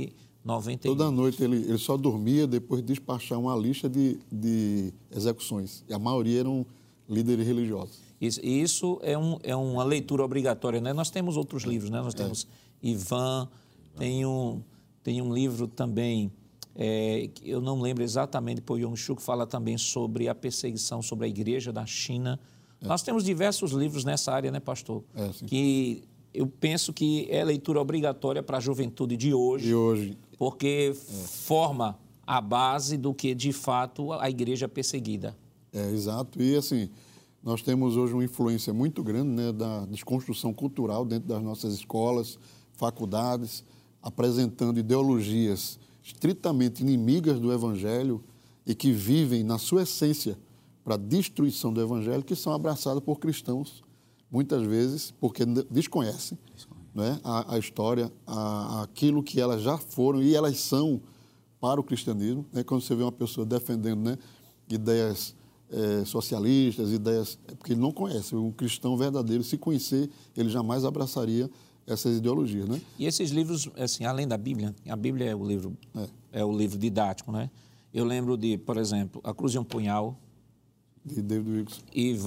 91. Toda noite ele só dormia depois de despachar uma lista de execuções. E a maioria eram líderes religiosos. Isso é uma leitura obrigatória, né? Nós temos outros livros, né? Nós temos Ivan, tem um livro também, que eu não lembro exatamente, por Yong-Shu, que fala também sobre a perseguição sobre a igreja da China. Nós temos diversos livros nessa área, né, pastor? Sim. Que eu penso que é leitura obrigatória para a juventude de hoje. Porque forma a base do que, de fato, a igreja perseguida. Exato. E, assim, nós temos hoje uma influência muito grande, né, da desconstrução cultural dentro das nossas escolas, faculdades, apresentando ideologias estritamente inimigas do Evangelho e que vivem, na sua essência, para a destruição do Evangelho, que são abraçadas por cristãos, muitas vezes, porque desconhecem, né, a história, aquilo que elas já foram e elas são para o cristianismo. Né? Quando você vê uma pessoa defendendo, né, ideias socialistas, ideias... porque ele não conhece. Um cristão verdadeiro, se conhecer, ele jamais abraçaria essas ideologias, né? E esses livros, assim, além da Bíblia, a Bíblia é o livro didático, né? Eu lembro de, por exemplo, A Cruz e um Punhal, de David Wilkerson.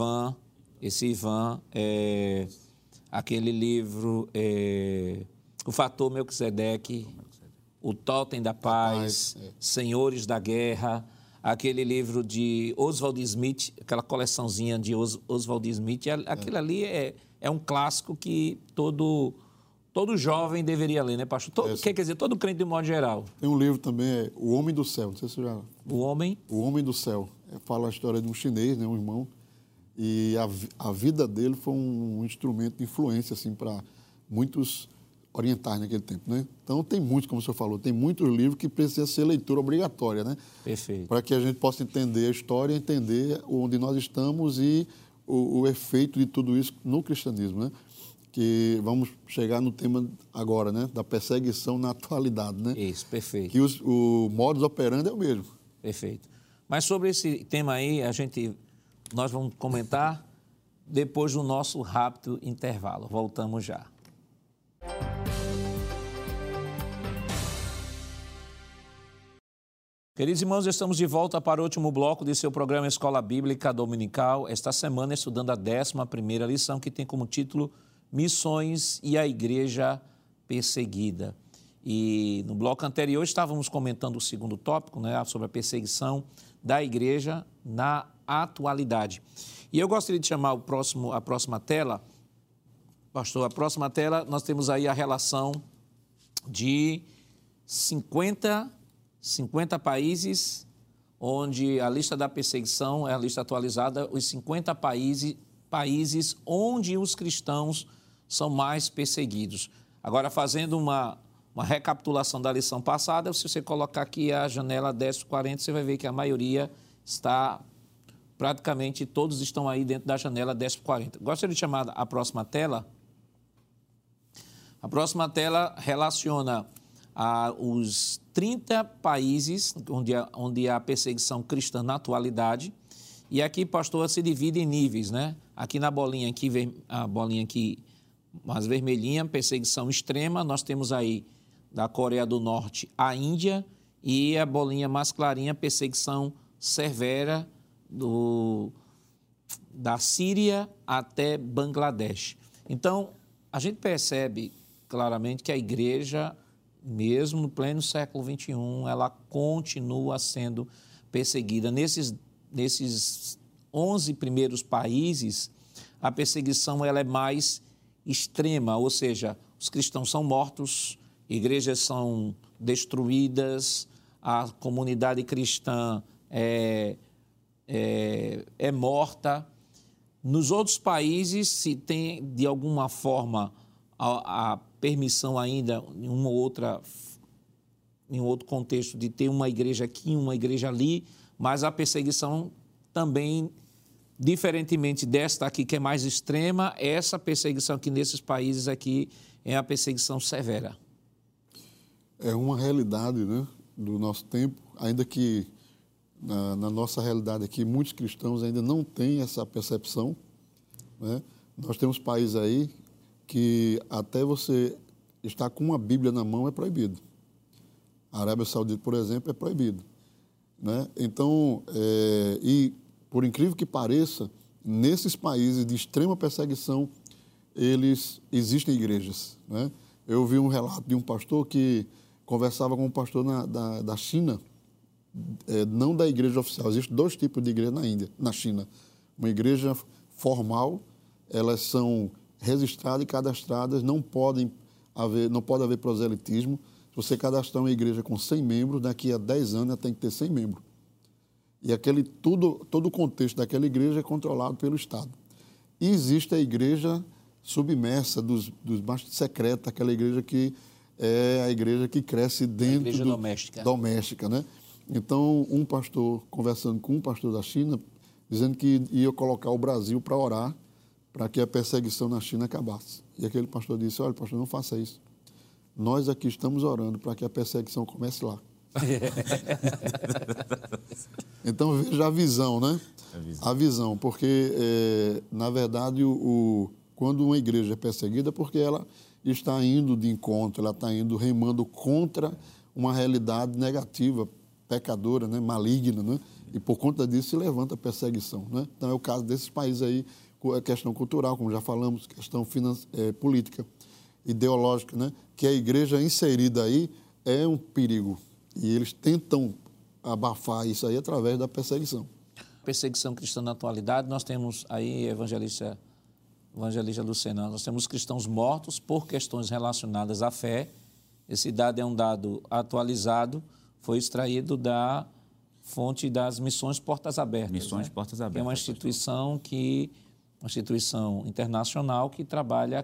Ivan, aquele livro, O Fator Melquisedeque, O Totem da Paz, Senhores da Guerra, aquele livro de Oswald Smith, aquela coleçãozinha de Oswald Smith, aquilo ali é um clássico que todo jovem deveria ler, né, pastor? Quer dizer, todo crente de modo geral. Tem um livro também, O Homem do Céu, não sei se você já... O Homem do Céu. Fala a história de um chinês, né, um irmão, e a vida dele foi um instrumento de influência, assim, para muitos orientais naquele tempo, né? Então, tem muitos, como o senhor falou, tem muitos livros que precisam ser leitura obrigatória, né? Perfeito. Para que a gente possa entender a história, entender onde nós estamos e o efeito de tudo isso no cristianismo, né? Que vamos chegar no tema agora, né? Da perseguição na atualidade, né? Isso, perfeito. Que o modus operandi é o mesmo. Perfeito. Mas sobre esse tema aí, nós vamos comentar depois do nosso rápido intervalo. Voltamos já. Queridos irmãos, estamos de volta para o último bloco de seu programa Escola Bíblica Dominical. Esta semana estudando a 11ª lição, que tem como título Missões e a Igreja Perseguida. E no bloco anterior estávamos comentando o segundo tópico, né, sobre a perseguição da igreja na atualidade. E eu gostaria de chamar a próxima tela, pastor, a próxima tela, nós temos aí a relação de 50 países, onde a lista da perseguição é a lista atualizada, os 50 países onde os cristãos são mais perseguidos. Agora, fazendo uma recapitulação da lição passada, se você colocar aqui a janela 1040, você vai ver que a maioria está, praticamente todos estão aí dentro da janela 1040. Gostaria de chamar a próxima tela. A próxima tela relaciona os 30 países onde há perseguição cristã na atualidade. E aqui, pastor, se divide em níveis, né? Aqui na bolinha aqui, a bolinha aqui mais vermelhinha, perseguição extrema, nós temos aí da Coreia do Norte à Índia, e a bolinha mais clarinha, perseguição severa da Síria até Bangladesh. Então, a gente percebe claramente que a igreja, mesmo no pleno século XXI, ela continua sendo perseguida. Nesses 11 primeiros países, a perseguição ela é mais extrema, ou seja, os cristãos são mortos, igrejas são destruídas, a comunidade cristã é morta. Nos outros países, se tem, de alguma forma, a permissão ainda, em um outro contexto, de ter uma igreja aqui, uma igreja ali, mas a perseguição também, diferentemente desta aqui, que é mais extrema, essa perseguição aqui nesses países aqui é a perseguição severa. É uma realidade, né, do nosso tempo, ainda que na nossa realidade aqui, muitos cristãos ainda não têm essa percepção, né? Nós temos países aí que até você estar com uma Bíblia na mão é proibido. A Arábia Saudita, por exemplo, é proibido, né? Então, e por incrível que pareça, nesses países de extrema perseguição, existem igrejas, né? Eu vi um relato de um pastor que conversava com um pastor da China, não da igreja oficial. Existem 2 tipos de igreja na China. Uma igreja formal, elas são registradas e cadastradas, não pode haver proselitismo. Se você cadastrar uma igreja com 100 membros, daqui a 10 anos ela tem que ter 100 membros. E todo o contexto daquela igreja é controlado pelo Estado. E existe a igreja submersa, dos mais secretos, aquela igreja que é a igreja que cresce dentro... A igreja doméstica. Doméstica, né? Então, um pastor, conversando com um pastor da China, dizendo que ia colocar o Brasil para orar para que a perseguição na China acabasse. E aquele pastor disse, olha, pastor, não faça isso. Nós aqui estamos orando para que a perseguição comece lá. Então, veja a visão, né? A visão, porque, na verdade, quando uma igreja é perseguida, é porque ela está indo de encontro, ela está remando contra uma realidade negativa, pecadora, né? Maligna, né? E por conta disso se levanta a perseguição, né? Então, é o caso desses países aí, a questão cultural, como já falamos, questão política, ideológica, né? Que a igreja inserida aí é um perigo. E eles tentam abafar isso aí através da perseguição. Perseguição cristã na atualidade, nós temos aí, evangelista Lucena, nós temos cristãos mortos por questões relacionadas à fé. Esse dado é um dado atualizado, foi extraído da fonte das Missões Portas Abertas. Missões, né? Portas Abertas. É uma instituição internacional que trabalha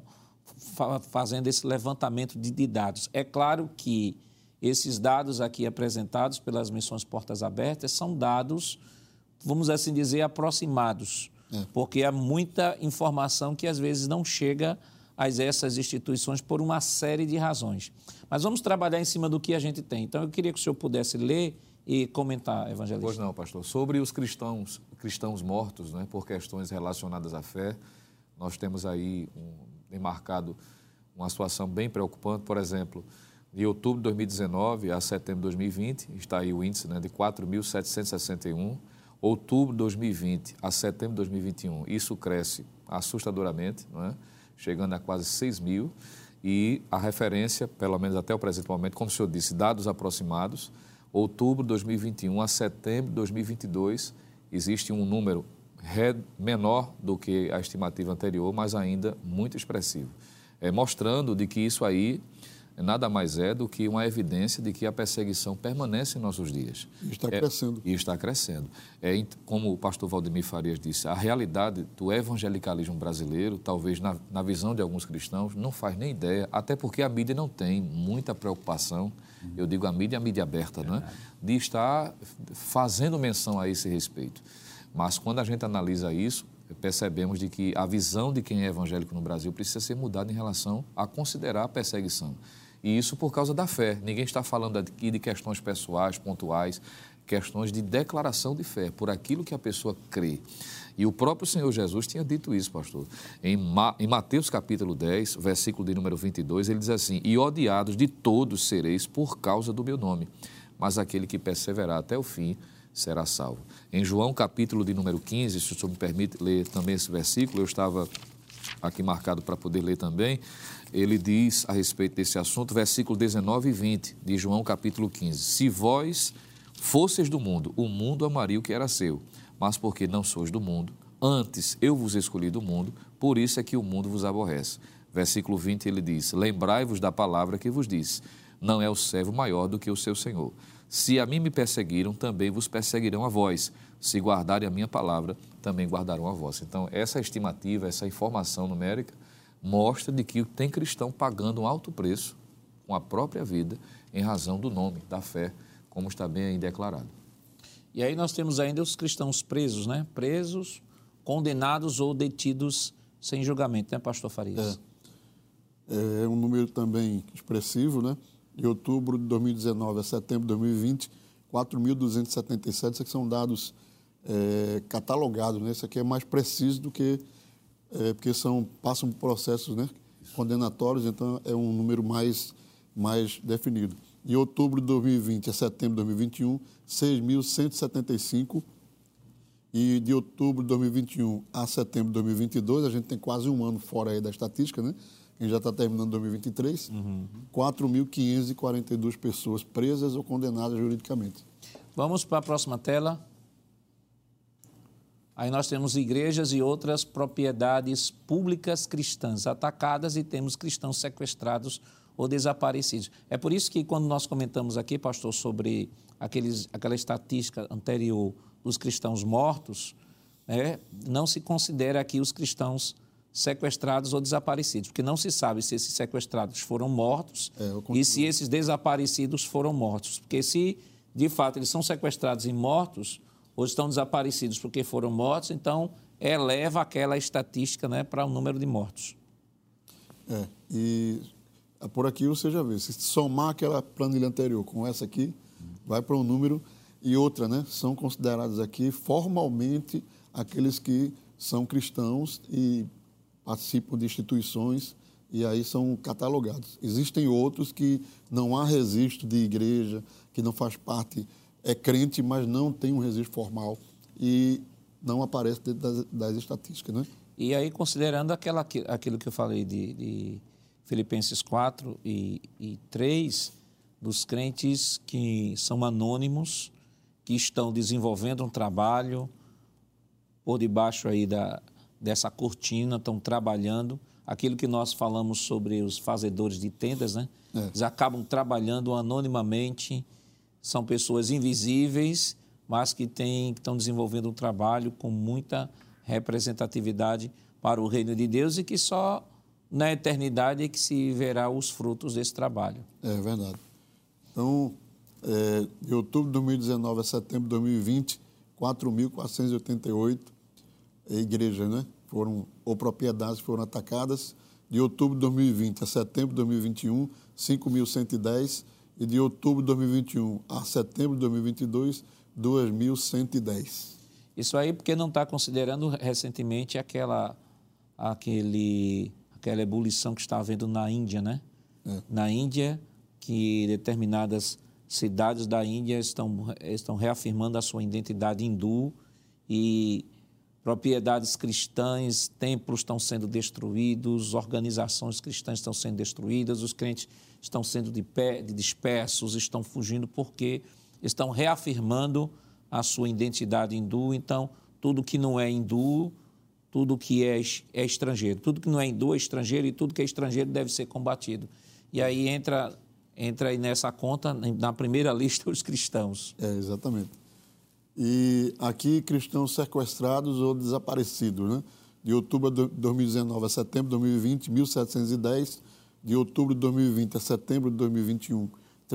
fazendo esse levantamento de dados. É claro que esses dados aqui apresentados pelas Missões Portas Abertas são dados, vamos assim dizer, aproximados, porque há muita informação que às vezes não chega a essas instituições por uma série de razões. Mas vamos trabalhar em cima do que a gente tem. Então, eu queria que o senhor pudesse ler e comentar, evangelista. Pois não, pastor. Sobre os cristãos mortos, né, por questões relacionadas à fé, nós temos aí demarcado uma situação bem preocupante. Por exemplo, de outubro de 2019 a setembro de 2020, está aí o índice, né, de 4.761. Outubro de 2020 a setembro de 2021, isso cresce assustadoramente, não é? Chegando a quase 6 mil. E a referência, pelo menos até o presente momento, como o senhor disse, dados aproximados, outubro de 2021 a setembro de 2022, existe um número menor do que a estimativa anterior, mas ainda muito expressivo, mostrando de que isso aí nada mais é do que uma evidência de que a perseguição permanece em nossos dias. E está crescendo. E está crescendo. Como o pastor Valdemir Farias disse, a realidade do evangelicalismo brasileiro, talvez na visão de alguns cristãos, não faz nem ideia, até porque a mídia não tem muita preocupação, eu digo a mídia aberta, não é? De estar fazendo menção a esse respeito. Mas quando a gente analisa isso, percebemos de que a visão de quem é evangélico no Brasil precisa ser mudada em relação a considerar a perseguição. E isso por causa da fé. Ninguém está falando aqui de questões pessoais, pontuais, questões de declaração de fé, por aquilo que a pessoa crê. E o próprio Senhor Jesus tinha dito isso, pastor. Em Mateus capítulo 10, versículo de número 22, ele diz assim: e odiados de todos sereis por causa do meu nome, mas aquele que perseverar até o fim será salvo. Em João capítulo de número 15, se o senhor me permite ler também esse versículo, eu estava aqui marcado para poder ler também, ele diz a respeito desse assunto, versículo 19 e 20 de João capítulo 15. Se vós fosseis do mundo, o mundo amaria o que era seu, mas porque não sois do mundo, antes eu vos escolhi do mundo, por isso é que o mundo vos aborrece. Versículo 20 ele diz: lembrai-vos da palavra que vos disse, não é o servo maior do que o seu senhor. Se a mim me perseguiram, também vos perseguirão a vós. Se guardarem a minha palavra, também guardarão a vossa. Então, essa estimativa, essa informação numérica, mostra de que tem cristão pagando um alto preço com a própria vida em razão do nome, da fé, como está bem aí declarado. E aí nós temos ainda os cristãos presos, né? Presos, condenados ou detidos sem julgamento, né, pastor Farias? É um número também expressivo, né? De outubro de 2019 a setembro de 2020, 4.277, isso aqui são dados catalogados, né? Isso aqui é mais preciso do que... porque passam por processos, né, condenatórios, então é um número mais definido. De outubro de 2020 a setembro de 2021, 6.175. E de outubro de 2021 a setembro de 2022, a gente tem quase um ano fora aí da estatística, né? A gente já está terminando 2023, 4.542 pessoas presas ou condenadas juridicamente. Vamos para a próxima tela. Aí nós temos igrejas e outras propriedades públicas cristãs atacadas e temos cristãos sequestrados ou desaparecidos. É por isso que quando nós comentamos aqui, pastor, sobre aquela estatística anterior dos cristãos mortos, não se considera aqui os cristãos sequestrados ou desaparecidos, porque não se sabe se esses sequestrados foram mortos e se esses desaparecidos foram mortos. Porque se, de fato, eles são sequestrados e mortos, ou estão desaparecidos porque foram mortos, então eleva aquela estatística, né, para o número de mortos. E por aqui você já vê, se somar aquela planilha anterior com essa aqui, vai para um número. E outra, né, são considerados aqui formalmente aqueles que são cristãos e participam de instituições e aí são catalogados. Existem outros que não há registro de igreja, que não faz parte, é crente, mas não tem um registro formal e não aparece dentro das estatísticas, né? E aí, considerando aquilo que eu falei de Filipenses 4 e 3, dos crentes que são anônimos, que estão desenvolvendo um trabalho por debaixo aí dessa cortina, estão trabalhando. Aquilo que nós falamos sobre os fazedores de tendas, né? Eles acabam trabalhando anonimamente, são pessoas invisíveis, mas que estão desenvolvendo um trabalho com muita representatividade para o reino de Deus e que só na eternidade é que se verá os frutos desse trabalho. É verdade. Então, de outubro de 2019 a setembro de 2020, 4.488 igrejas, né, ou propriedades foram atacadas. De outubro de 2020 a setembro de 2021, 5.110. E de outubro de 2021 a setembro de 2022, 2.110. Isso aí porque não está considerando recentemente aquela ebulição que está havendo na Índia, né? Na Índia, que determinadas cidades da Índia estão reafirmando a sua identidade hindu e propriedades cristãs, templos estão sendo destruídos, organizações cristãs estão sendo destruídas, os crentes estão sendo dispersos, estão fugindo porque estão reafirmando a sua identidade hindu. Então, tudo que não é hindu, tudo que é estrangeiro. Tudo que não é hindu é estrangeiro e tudo que é estrangeiro deve ser combatido. E aí entra aí nessa conta, na primeira lista, os cristãos. Exatamente. E aqui, cristãos sequestrados ou desaparecidos, né? De outubro de 2019 a setembro de 2020, 1.710. De outubro de 2020 a setembro de 2021,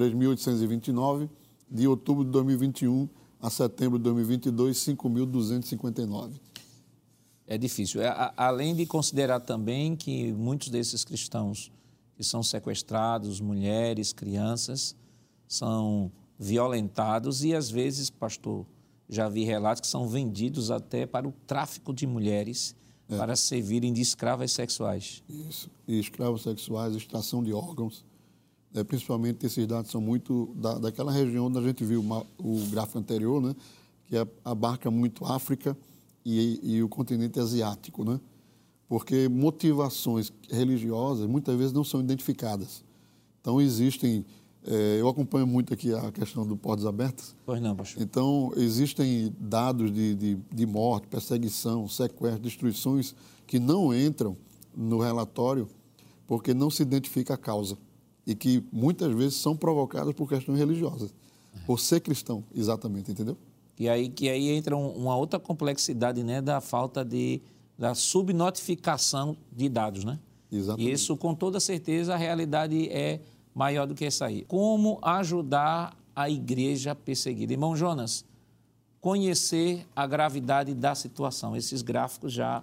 3.829. De outubro de 2021 a setembro de 2022, 5.259. É difícil. Além de considerar também que muitos desses cristãos que são sequestrados, mulheres, crianças, são violentados e, às vezes, pastor, já vi relatos que são vendidos até para o tráfico de mulheres para servirem de escravas sexuais. Isso, e escravos sexuais, extração de órgãos. Principalmente esses dados são muito daquela região onde a gente viu o gráfico anterior, né? Que abarca muito África e o continente asiático, né? Porque motivações religiosas muitas vezes não são identificadas. Então existem, eu acompanho muito aqui a questão do Portas Abertas. Pois não, pastor. Então existem dados de morte, perseguição, sequestro, destruições que não entram no relatório porque não se identifica a causa e que muitas vezes são provocadas por questões religiosas, por ser cristão, exatamente, entendeu? Que aí entra uma outra complexidade, né, da falta da subnotificação de dados, né? Exatamente. E isso, com toda certeza, a realidade é maior do que essa aí. Como ajudar a igreja perseguida? Irmão Jonas, conhecer a gravidade da situação. Esses gráficos já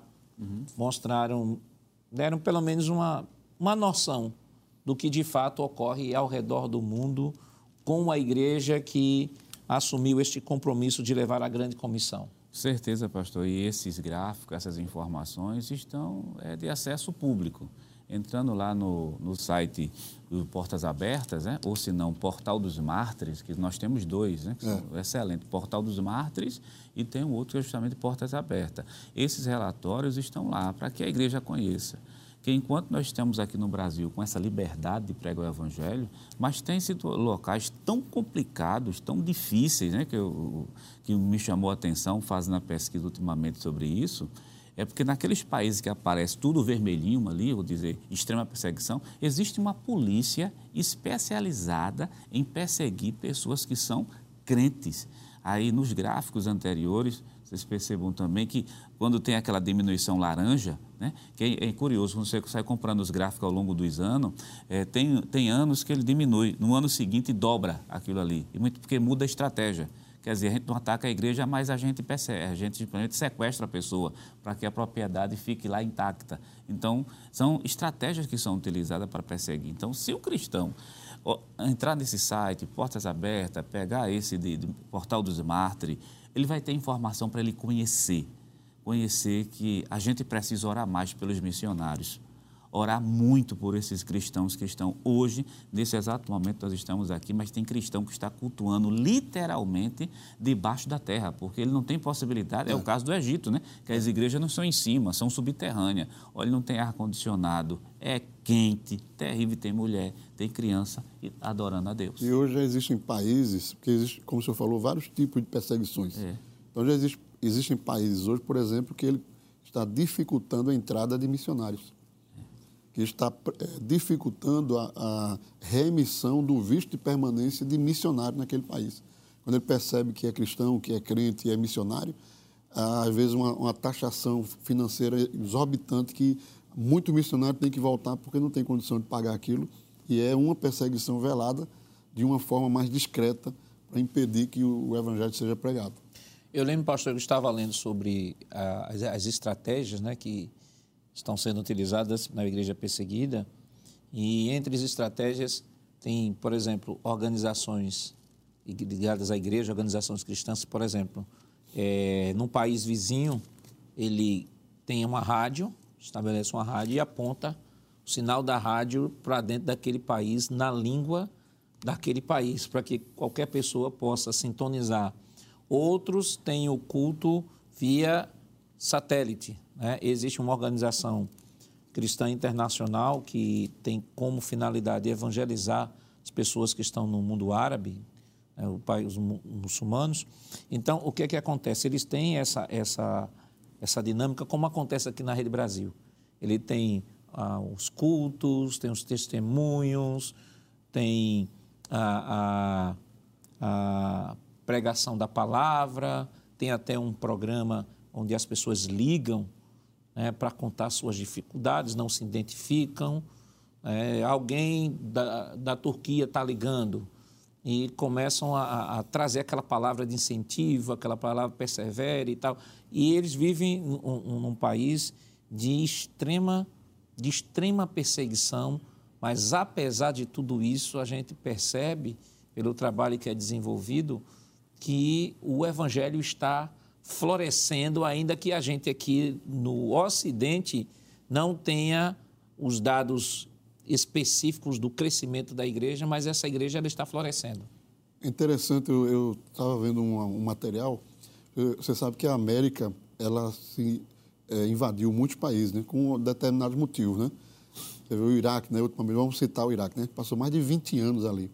deram pelo menos uma noção do que de fato ocorre ao redor do mundo com a igreja que assumiu este compromisso de levar a grande comissão. Certeza, pastor. E esses gráficos, essas informações estão de acesso público. entrando lá no site do Portas Abertas, né? Ou se não, Portal dos Mártires, que nós temos dois, né? Que são excelentes, Portal dos Mártires e tem um outro que é justamente Portas Abertas. Esses relatórios estão lá para que a igreja conheça. Que enquanto nós estamos aqui no Brasil com essa liberdade de pregar o Evangelho, mas tem sido locais tão complicados, tão difíceis, né? Que me chamou a atenção fazendo a pesquisa ultimamente sobre isso, é porque naqueles países que aparece tudo vermelhinho ali, vou dizer, extrema perseguição, existe uma polícia especializada em perseguir pessoas que são crentes. Aí nos gráficos anteriores, vocês percebam também que quando tem aquela diminuição laranja, né, que é curioso, quando você sai comprando os gráficos ao longo dos anos, tem anos que ele diminui, no ano seguinte dobra aquilo ali, e muito porque muda a estratégia. Quer dizer, a gente não ataca a igreja, mas a gente persegue, a gente simplesmente sequestra a pessoa para que a propriedade fique lá intacta. Então, são estratégias que são utilizadas para perseguir. Então, se o cristão entrar nesse site, Portas Abertas, pegar esse de Portal dos Mártires, ele vai ter informação para ele conhecer que a gente precisa orar mais pelos missionários. Orar muito por esses cristãos que estão hoje, nesse exato momento nós estamos aqui, mas tem cristão que está cultuando literalmente debaixo da terra, porque ele não tem possibilidade, é o caso do Egito, né? Que as igrejas não são em cima, são subterrâneas. Olha, não tem ar-condicionado, é quente, terrível, tem mulher, tem criança adorando a Deus. E hoje já existem países, porque existe, como o senhor falou, vários tipos de perseguições. Então já existem países hoje, por exemplo, que ele está dificultando a entrada de missionários, que está dificultando a reemissão do visto de permanência de missionário naquele país. Quando ele percebe que é cristão, que é crente e é missionário, às vezes uma taxação financeira exorbitante que muito missionário tem que voltar porque não tem condição de pagar aquilo, e é uma perseguição velada de uma forma mais discreta para impedir que o evangelho seja pregado. Eu lembro, pastor, que eu estava lendo sobre as estratégias, né, que estão sendo utilizadas na igreja perseguida, e entre as estratégias tem, por exemplo, organizações ligadas à igreja, organizações cristãs, por exemplo, num país vizinho, ele tem uma rádio, estabelece uma rádio e aponta o sinal da rádio para dentro daquele país, na língua daquele país, para que qualquer pessoa possa sintonizar. Outros têm o culto via satélite, né? Existe uma organização cristã internacional que tem como finalidade evangelizar as pessoas que estão no mundo árabe, né, os muçulmanos. Então, o que acontece? Eles têm essa dinâmica, como acontece aqui na Rede Brasil. Ele tem os cultos, tem os testemunhos, tem a pregação da palavra, tem até um programa onde as pessoas ligam, né, para contar suas dificuldades, não se identificam. Alguém da Turquia está ligando e começam a trazer aquela palavra de incentivo, aquela palavra persevere e tal. E eles vivem num país de extrema perseguição, mas apesar de tudo isso, a gente percebe, pelo trabalho que é desenvolvido, que o evangelho está florescendo, ainda que a gente aqui no Ocidente não tenha os dados específicos do crescimento da igreja, mas essa igreja ela está florescendo. Interessante, eu estava vendo um material, você sabe que a América ela se invadiu muitos países, né, com determinados motivos, né? Você vê o Iraque, né, vamos citar o Iraque, né, passou mais de 20 anos ali.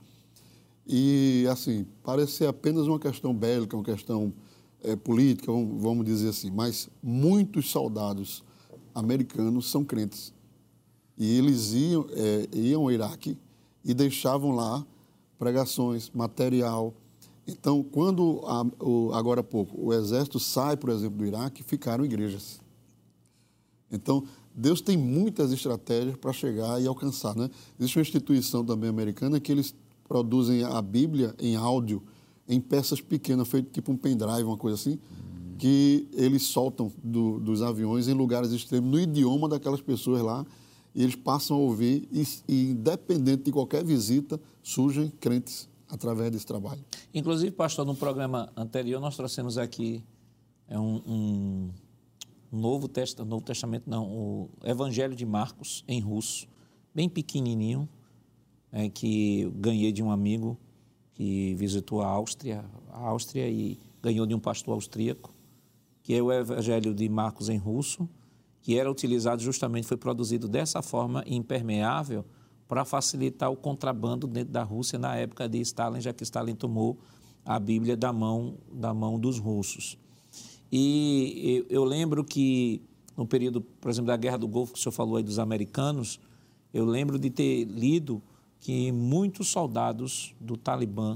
E, assim, parece ser apenas uma questão bélica, uma questão política, vamos dizer assim, mas muitos soldados americanos são crentes. E eles iam ao Iraque e deixavam lá pregações, material. Então, quando, agora há pouco, o exército sai, por exemplo, do Iraque, ficaram igrejas. Então, Deus tem muitas estratégias para chegar e alcançar, né? Existe uma instituição também americana que eles produzem a Bíblia em áudio, em peças pequenas, feito tipo um pendrive, uma coisa assim, que eles soltam dos aviões em lugares extremos, no idioma daquelas pessoas lá, e eles passam a ouvir, e independente de qualquer visita, surgem crentes através desse trabalho. Inclusive, pastor, no programa anterior, nós trouxemos aqui um Novo Testamento não, o Evangelho de Marcos em russo, bem pequenininho, que eu ganhei de um amigo que visitou a Áustria e ganhou de um pastor austríaco, que é o Evangelho de Marcos em russo, que era utilizado justamente, foi produzido dessa forma impermeável para facilitar o contrabando dentro da Rússia na época de Stalin, já que Stalin tomou a Bíblia da mão dos russos. E eu lembro que no período, por exemplo, da Guerra do Golfo, que o senhor falou aí dos americanos, eu lembro de ter lido que muitos soldados do Talibã,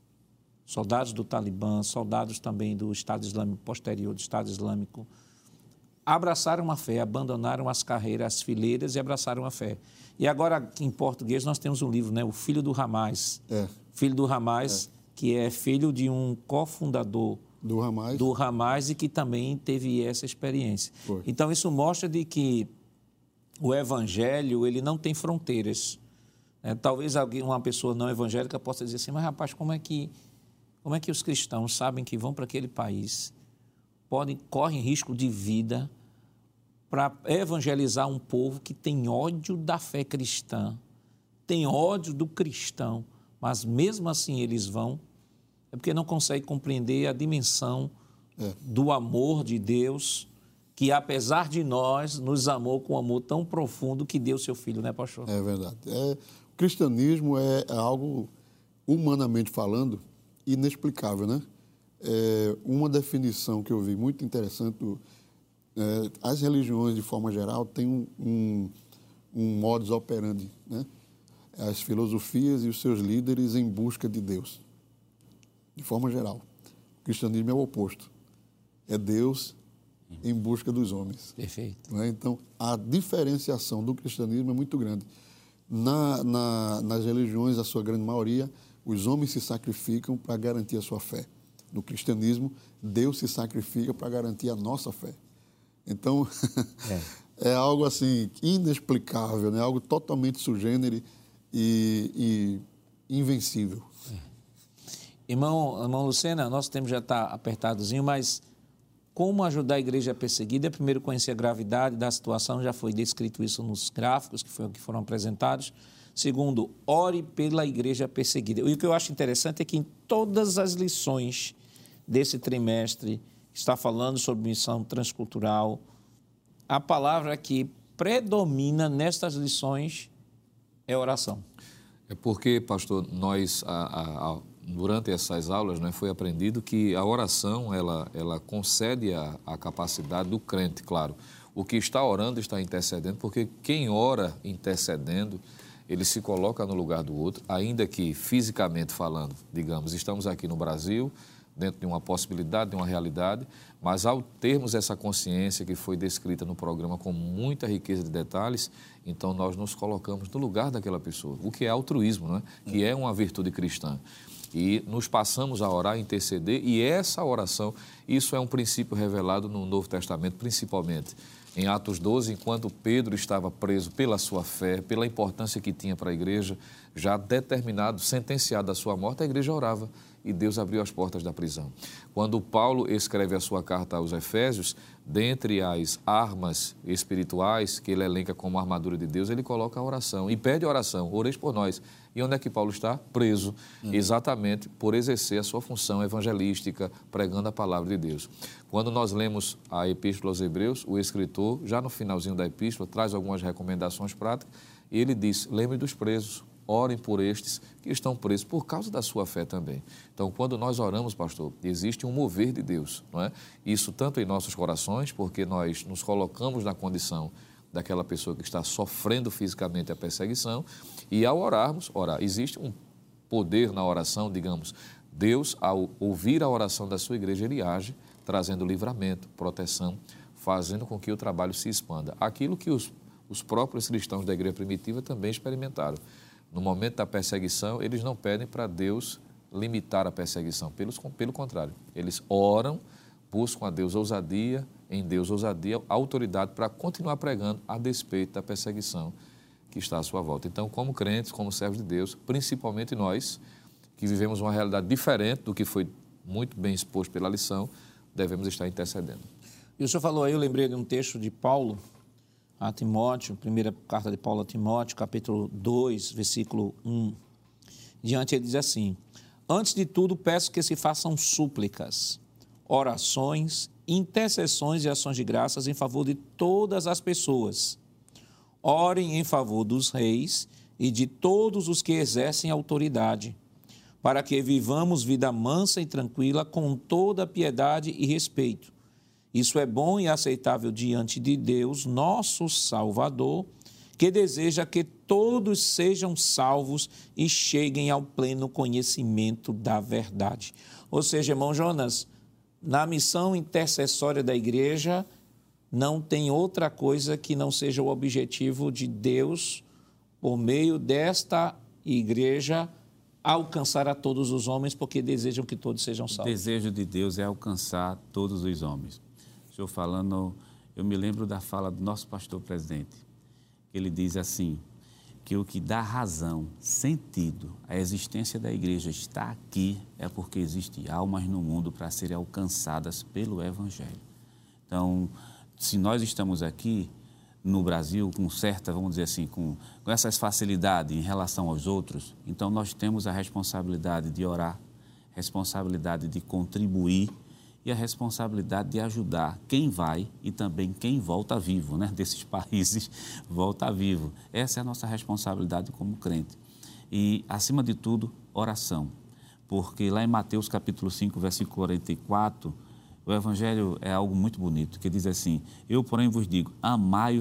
soldados também do Estado Islâmico, posterior do Estado Islâmico, abraçaram a fé, abandonaram as carreiras, as fileiras e abraçaram a fé. E agora, em português, nós temos um livro, O Filho do Hamas. Filho do Hamas, que é filho de um cofundador do Hamas e que também teve essa experiência. Foi. Então, isso mostra de que o Evangelho ele não tem fronteiras. Talvez uma pessoa não evangélica possa dizer assim, mas rapaz, como é que os cristãos sabem que vão para aquele país, correm risco de vida para evangelizar um povo que tem ódio da fé cristã, tem ódio do cristão, mas mesmo assim eles vão, é porque não conseguem compreender a dimensão do amor de Deus, que apesar de nós, nos amou com um amor tão profundo que deu seu Filho, né, pastor? É verdade. O cristianismo é algo, humanamente falando, inexplicável, né? Uma definição que eu vi muito interessante, as religiões, de forma geral, têm um modus operandi, né? As filosofias e os seus líderes em busca de Deus, de forma geral. O cristianismo é o oposto. É Deus em busca dos homens. Perfeito. Né? Então, a diferenciação do cristianismo é muito grande. Nas religiões, a sua grande maioria, os homens se sacrificam para garantir a sua fé. No cristianismo, Deus se sacrifica para garantir a nossa fé. Então, é algo assim inexplicável, né? Algo totalmente sui generis e invencível. Irmão Lucena, nosso tempo já está apertadozinho, mas como ajudar a igreja perseguida? Primeiro, conhecer a gravidade da situação, já foi descrito isso nos gráficos que foram apresentados. Segundo, ore pela igreja perseguida. E o que eu acho interessante é que em todas as lições desse trimestre, está falando sobre missão transcultural, a palavra que predomina nestas lições é oração. É porque, pastor, nós, durante essas aulas, foi aprendido que a oração, ela concede a capacidade do crente, claro. O que está orando está intercedendo, porque quem ora intercedendo, ele se coloca no lugar do outro, ainda que fisicamente falando, digamos, estamos aqui no Brasil, dentro de uma possibilidade, de uma realidade, mas ao termos essa consciência que foi descrita no programa com muita riqueza de detalhes, então nós nos colocamos no lugar daquela pessoa, o que é altruísmo, que é uma virtude cristã. E nos passamos a orar, a interceder, e essa oração, isso é um princípio revelado no Novo Testamento, principalmente. Em Atos 12, enquanto Pedro estava preso pela sua fé, pela importância que tinha para a igreja, já determinado, sentenciado à sua morte, a igreja orava e Deus abriu as portas da prisão. Quando Paulo escreve a sua carta aos Efésios, dentre as armas espirituais que ele elenca como armadura de Deus, ele coloca a oração e pede oração, oreis por nós. E onde é que Paulo está? Preso, exatamente por exercer a sua função evangelística, pregando a palavra de Deus. Quando nós lemos a Epístola aos Hebreus, o escritor, já no finalzinho da Epístola, traz algumas recomendações práticas, e ele diz, lembre dos presos, orem por estes que estão presos por causa da sua fé também. Então, quando nós oramos, pastor, existe um mover de Deus, não é? Isso tanto em nossos corações, porque nós nos colocamos na condição daquela pessoa que está sofrendo fisicamente a perseguição, e ao orar, existe um poder na oração, digamos, Deus, ao ouvir a oração da sua igreja, ele age, trazendo livramento, proteção, fazendo com que o trabalho se expanda. Aquilo que os próprios cristãos da igreja primitiva também experimentaram. No momento da perseguição, eles não pedem para Deus limitar a perseguição, pelo contrário, eles oram, buscam a Deus ousadia, em Deus ousadia, autoridade para continuar pregando a despeito da perseguição que está à sua volta. Então, como crentes, como servos de Deus, principalmente nós, que vivemos uma realidade diferente do que foi muito bem exposto pela lição, devemos estar intercedendo. E o senhor falou aí, eu lembrei de um texto de Paulo a Timóteo, primeira carta de Paulo a Timóteo, capítulo 2, versículo 1. Diante ele diz assim: antes de tudo peço que se façam súplicas, orações, intercessões e ações de graças em favor de todas as pessoas. Orem em favor dos reis e de todos os que exercem autoridade, para que vivamos vida mansa e tranquila com toda piedade e respeito. Isso é bom e aceitável diante de Deus, nosso Salvador, que deseja que todos sejam salvos e cheguem ao pleno conhecimento da verdade. Ou seja, irmão Jonas, na missão intercessória da igreja, não tem outra coisa que não seja o objetivo de Deus, por meio desta igreja, alcançar a todos os homens, porque desejam que todos sejam salvos. O desejo de Deus é alcançar todos os homens. O senhor falando, eu me lembro da fala do nosso pastor presidente. Ele diz assim, que o que dá razão, sentido, à existência da igreja está aqui, é porque existem almas no mundo para serem alcançadas pelo Evangelho. Então, se nós estamos aqui no Brasil com certa, vamos dizer assim, com essas facilidades em relação aos outros, então nós temos a responsabilidade de orar, responsabilidade de contribuir e a responsabilidade de ajudar quem vai e também quem volta vivo, né? Desses países volta vivo. Essa é a nossa responsabilidade como crente. E, acima de tudo, oração. Porque lá em Mateus capítulo 5, versículo 44, o Evangelho é algo muito bonito, que diz assim: eu, porém, vos digo, amai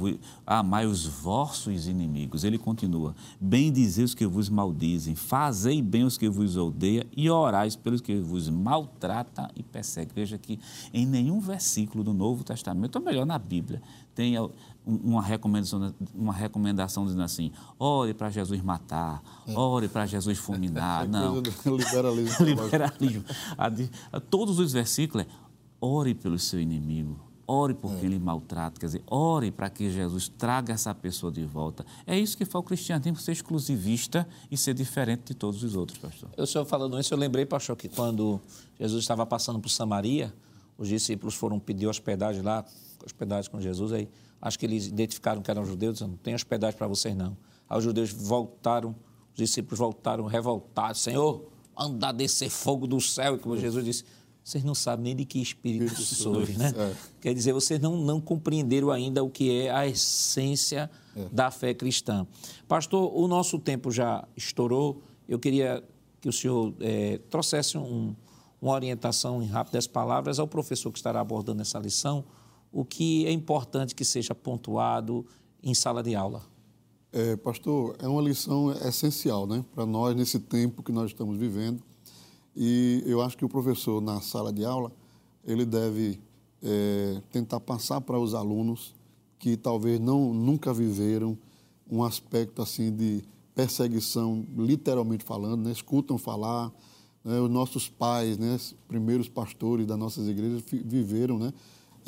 os vossos inimigos. Ele continua: bendizei os que vos maldizem, fazei bem os que vos odeiam e orais pelos que vos maltratam e perseguem. Veja que em nenhum versículo do Novo Testamento, ou melhor, na Bíblia, tem uma recomendação dizendo assim: ore para Jesus matar, ore para Jesus fulminar. Não. Liberalismo. Todos os versículos ore pelo seu inimigo, ore por quem lhe maltrata, quer dizer, ore para que Jesus traga essa pessoa de volta. É isso que faz o cristianismo ser exclusivista e ser diferente de todos os outros, pastor. O senhor falando isso, eu lembrei, pastor, que quando Jesus estava passando por Samaria, os discípulos foram pedir hospedagem lá, hospedagem com Jesus, aí acho que eles identificaram que eram judeus, dizendo: não tem hospedagem para vocês não. Aí os judeus voltaram, os discípulos voltaram revoltados: Senhor, manda descer fogo do céu. E como Jesus disse, vocês não sabem nem de que espírito sois, né? Quer dizer, vocês não compreenderam ainda o que é a essência da fé cristã. Pastor, o nosso tempo já estourou. Eu queria que o senhor trouxesse uma orientação em rápidas palavras ao professor que estará abordando essa lição, o que é importante que seja pontuado em sala de aula. Pastor, é uma lição essencial, né, para nós nesse tempo que nós estamos vivendo. E eu acho que o professor, na sala de aula, ele deve tentar passar para os alunos que talvez nunca viveram um aspecto assim de perseguição, literalmente falando, né, escutam falar, né, os nossos pais, né, os primeiros pastores das nossas igrejas viveram, né,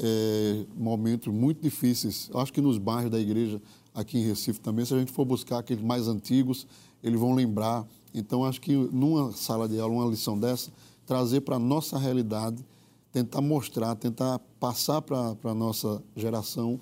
momentos muito difíceis. Eu acho que nos bairros da igreja aqui em Recife também, se a gente for buscar aqueles mais antigos, eles vão lembrar. Então, acho que numa sala de aula, uma lição dessa, trazer para a nossa realidade, tentar mostrar, tentar passar para a nossa geração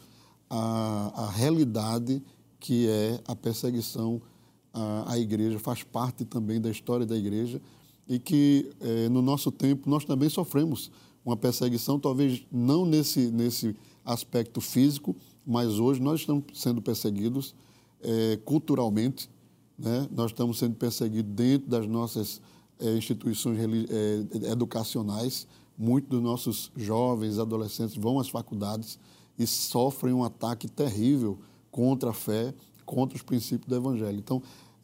a realidade que é a perseguição à igreja, faz parte também da história da igreja e que, no nosso tempo, nós também sofremos uma perseguição, talvez não nesse aspecto físico, mas hoje nós estamos sendo perseguidos culturalmente, né? Nós estamos sendo perseguidos dentro das nossas instituições educacionais. Muitos dos nossos jovens, adolescentes vão às faculdades e sofrem um ataque terrível contra a fé, contra os princípios do Evangelho. Então,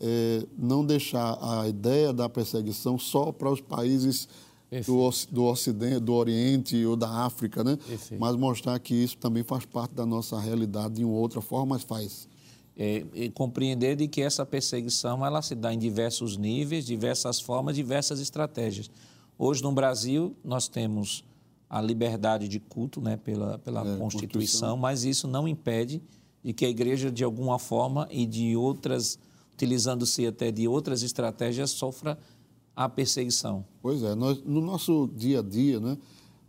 não deixar a ideia da perseguição só para os países do Ocidente, do Oriente ou da África, né? Mas mostrar que isso também faz parte da nossa realidade de uma outra forma, mas faz. E compreender de que essa perseguição ela se dá em diversos níveis, diversas formas, diversas estratégias. Hoje, no Brasil, nós temos a liberdade de culto, né, pela Constituição, mas isso não impede de que a igreja, de alguma forma, e de outras, utilizando-se até de outras estratégias, sofra a perseguição. Pois é, no nosso dia a dia, né,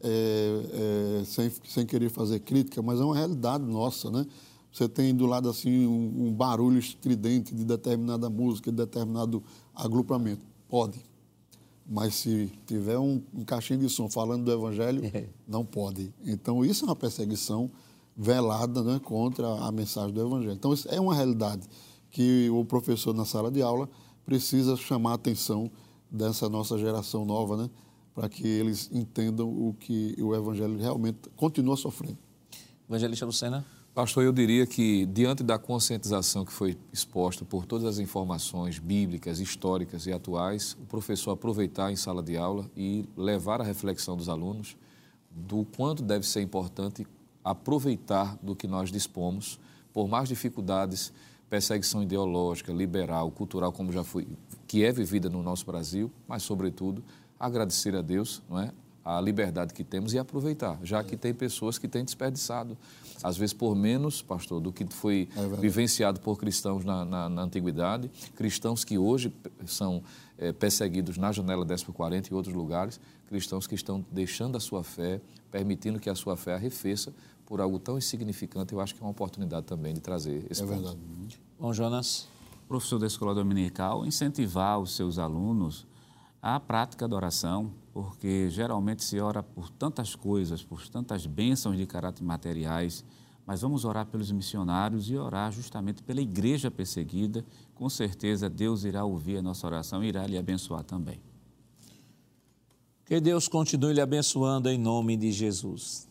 sem querer fazer crítica, mas é uma realidade nossa, né? Você tem do lado assim um barulho estridente de determinada música, de determinado agrupamento. Pode. Mas se tiver um caixinho de som falando do Evangelho, não pode. Então, isso é uma perseguição velada, né, contra a mensagem do Evangelho. Então, isso é uma realidade que o professor na sala de aula precisa chamar a atenção dessa nossa geração nova, né, para que eles entendam o que o Evangelho realmente continua sofrendo. Evangelista Lucena? Pastor, eu diria que, diante da conscientização que foi exposta por todas as informações bíblicas, históricas e atuais, o professor aproveitar em sala de aula e levar a reflexão dos alunos do quanto deve ser importante aproveitar do que nós dispomos, por mais dificuldades, perseguição ideológica, liberal, cultural, como já foi, que é vivida no nosso Brasil, mas, sobretudo, agradecer a Deus, não é? A liberdade que temos e aproveitar, já que tem pessoas que têm desperdiçado, às vezes por menos, pastor, do que foi vivenciado por cristãos na antiguidade, cristãos que hoje são perseguidos na janela 10/40 e outros lugares, cristãos que estão deixando a sua fé, permitindo que a sua fé arrefeça por algo tão insignificante. Eu acho que é uma oportunidade também de trazer esse ponto. Verdade. Bom, Jonas? Professor da escola dominical, incentivar os seus alunos à prática da oração, porque geralmente se ora por tantas coisas, por tantas bênçãos de caráter materiais, mas vamos orar pelos missionários e orar justamente pela igreja perseguida. Com certeza Deus irá ouvir a nossa oração e irá lhe abençoar também. Que Deus continue lhe abençoando em nome de Jesus.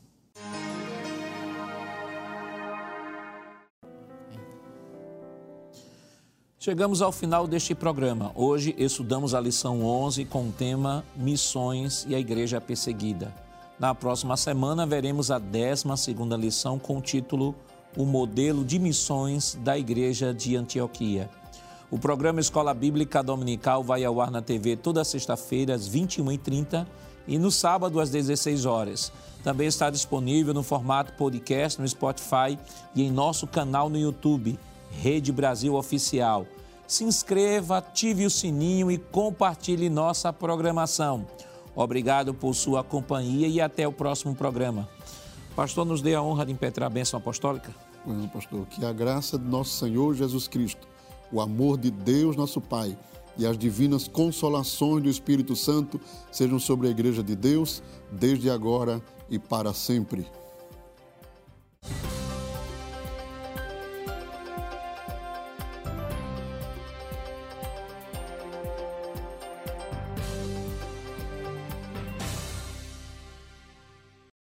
Chegamos ao final deste programa. Hoje estudamos a lição 11 com o tema Missões e a Igreja Perseguida. Na próxima semana veremos a 12ª lição com o título O Modelo de Missões da Igreja de Antioquia. O programa Escola Bíblica Dominical vai ao ar na TV toda sexta-feira às 21h30 e no sábado às 16 horas. Também está disponível no formato podcast no Spotify e em nosso canal no YouTube, Rede Brasil Oficial. Se inscreva, ative o sininho e compartilhe nossa programação. Obrigado por sua companhia e até o próximo programa. Pastor, nos dê a honra de impetrar a bênção apostólica. Bueno, pastor, que a graça de nosso Senhor Jesus Cristo, o amor de Deus nosso Pai e as divinas consolações do Espírito Santo sejam sobre a Igreja de Deus, desde agora e para sempre.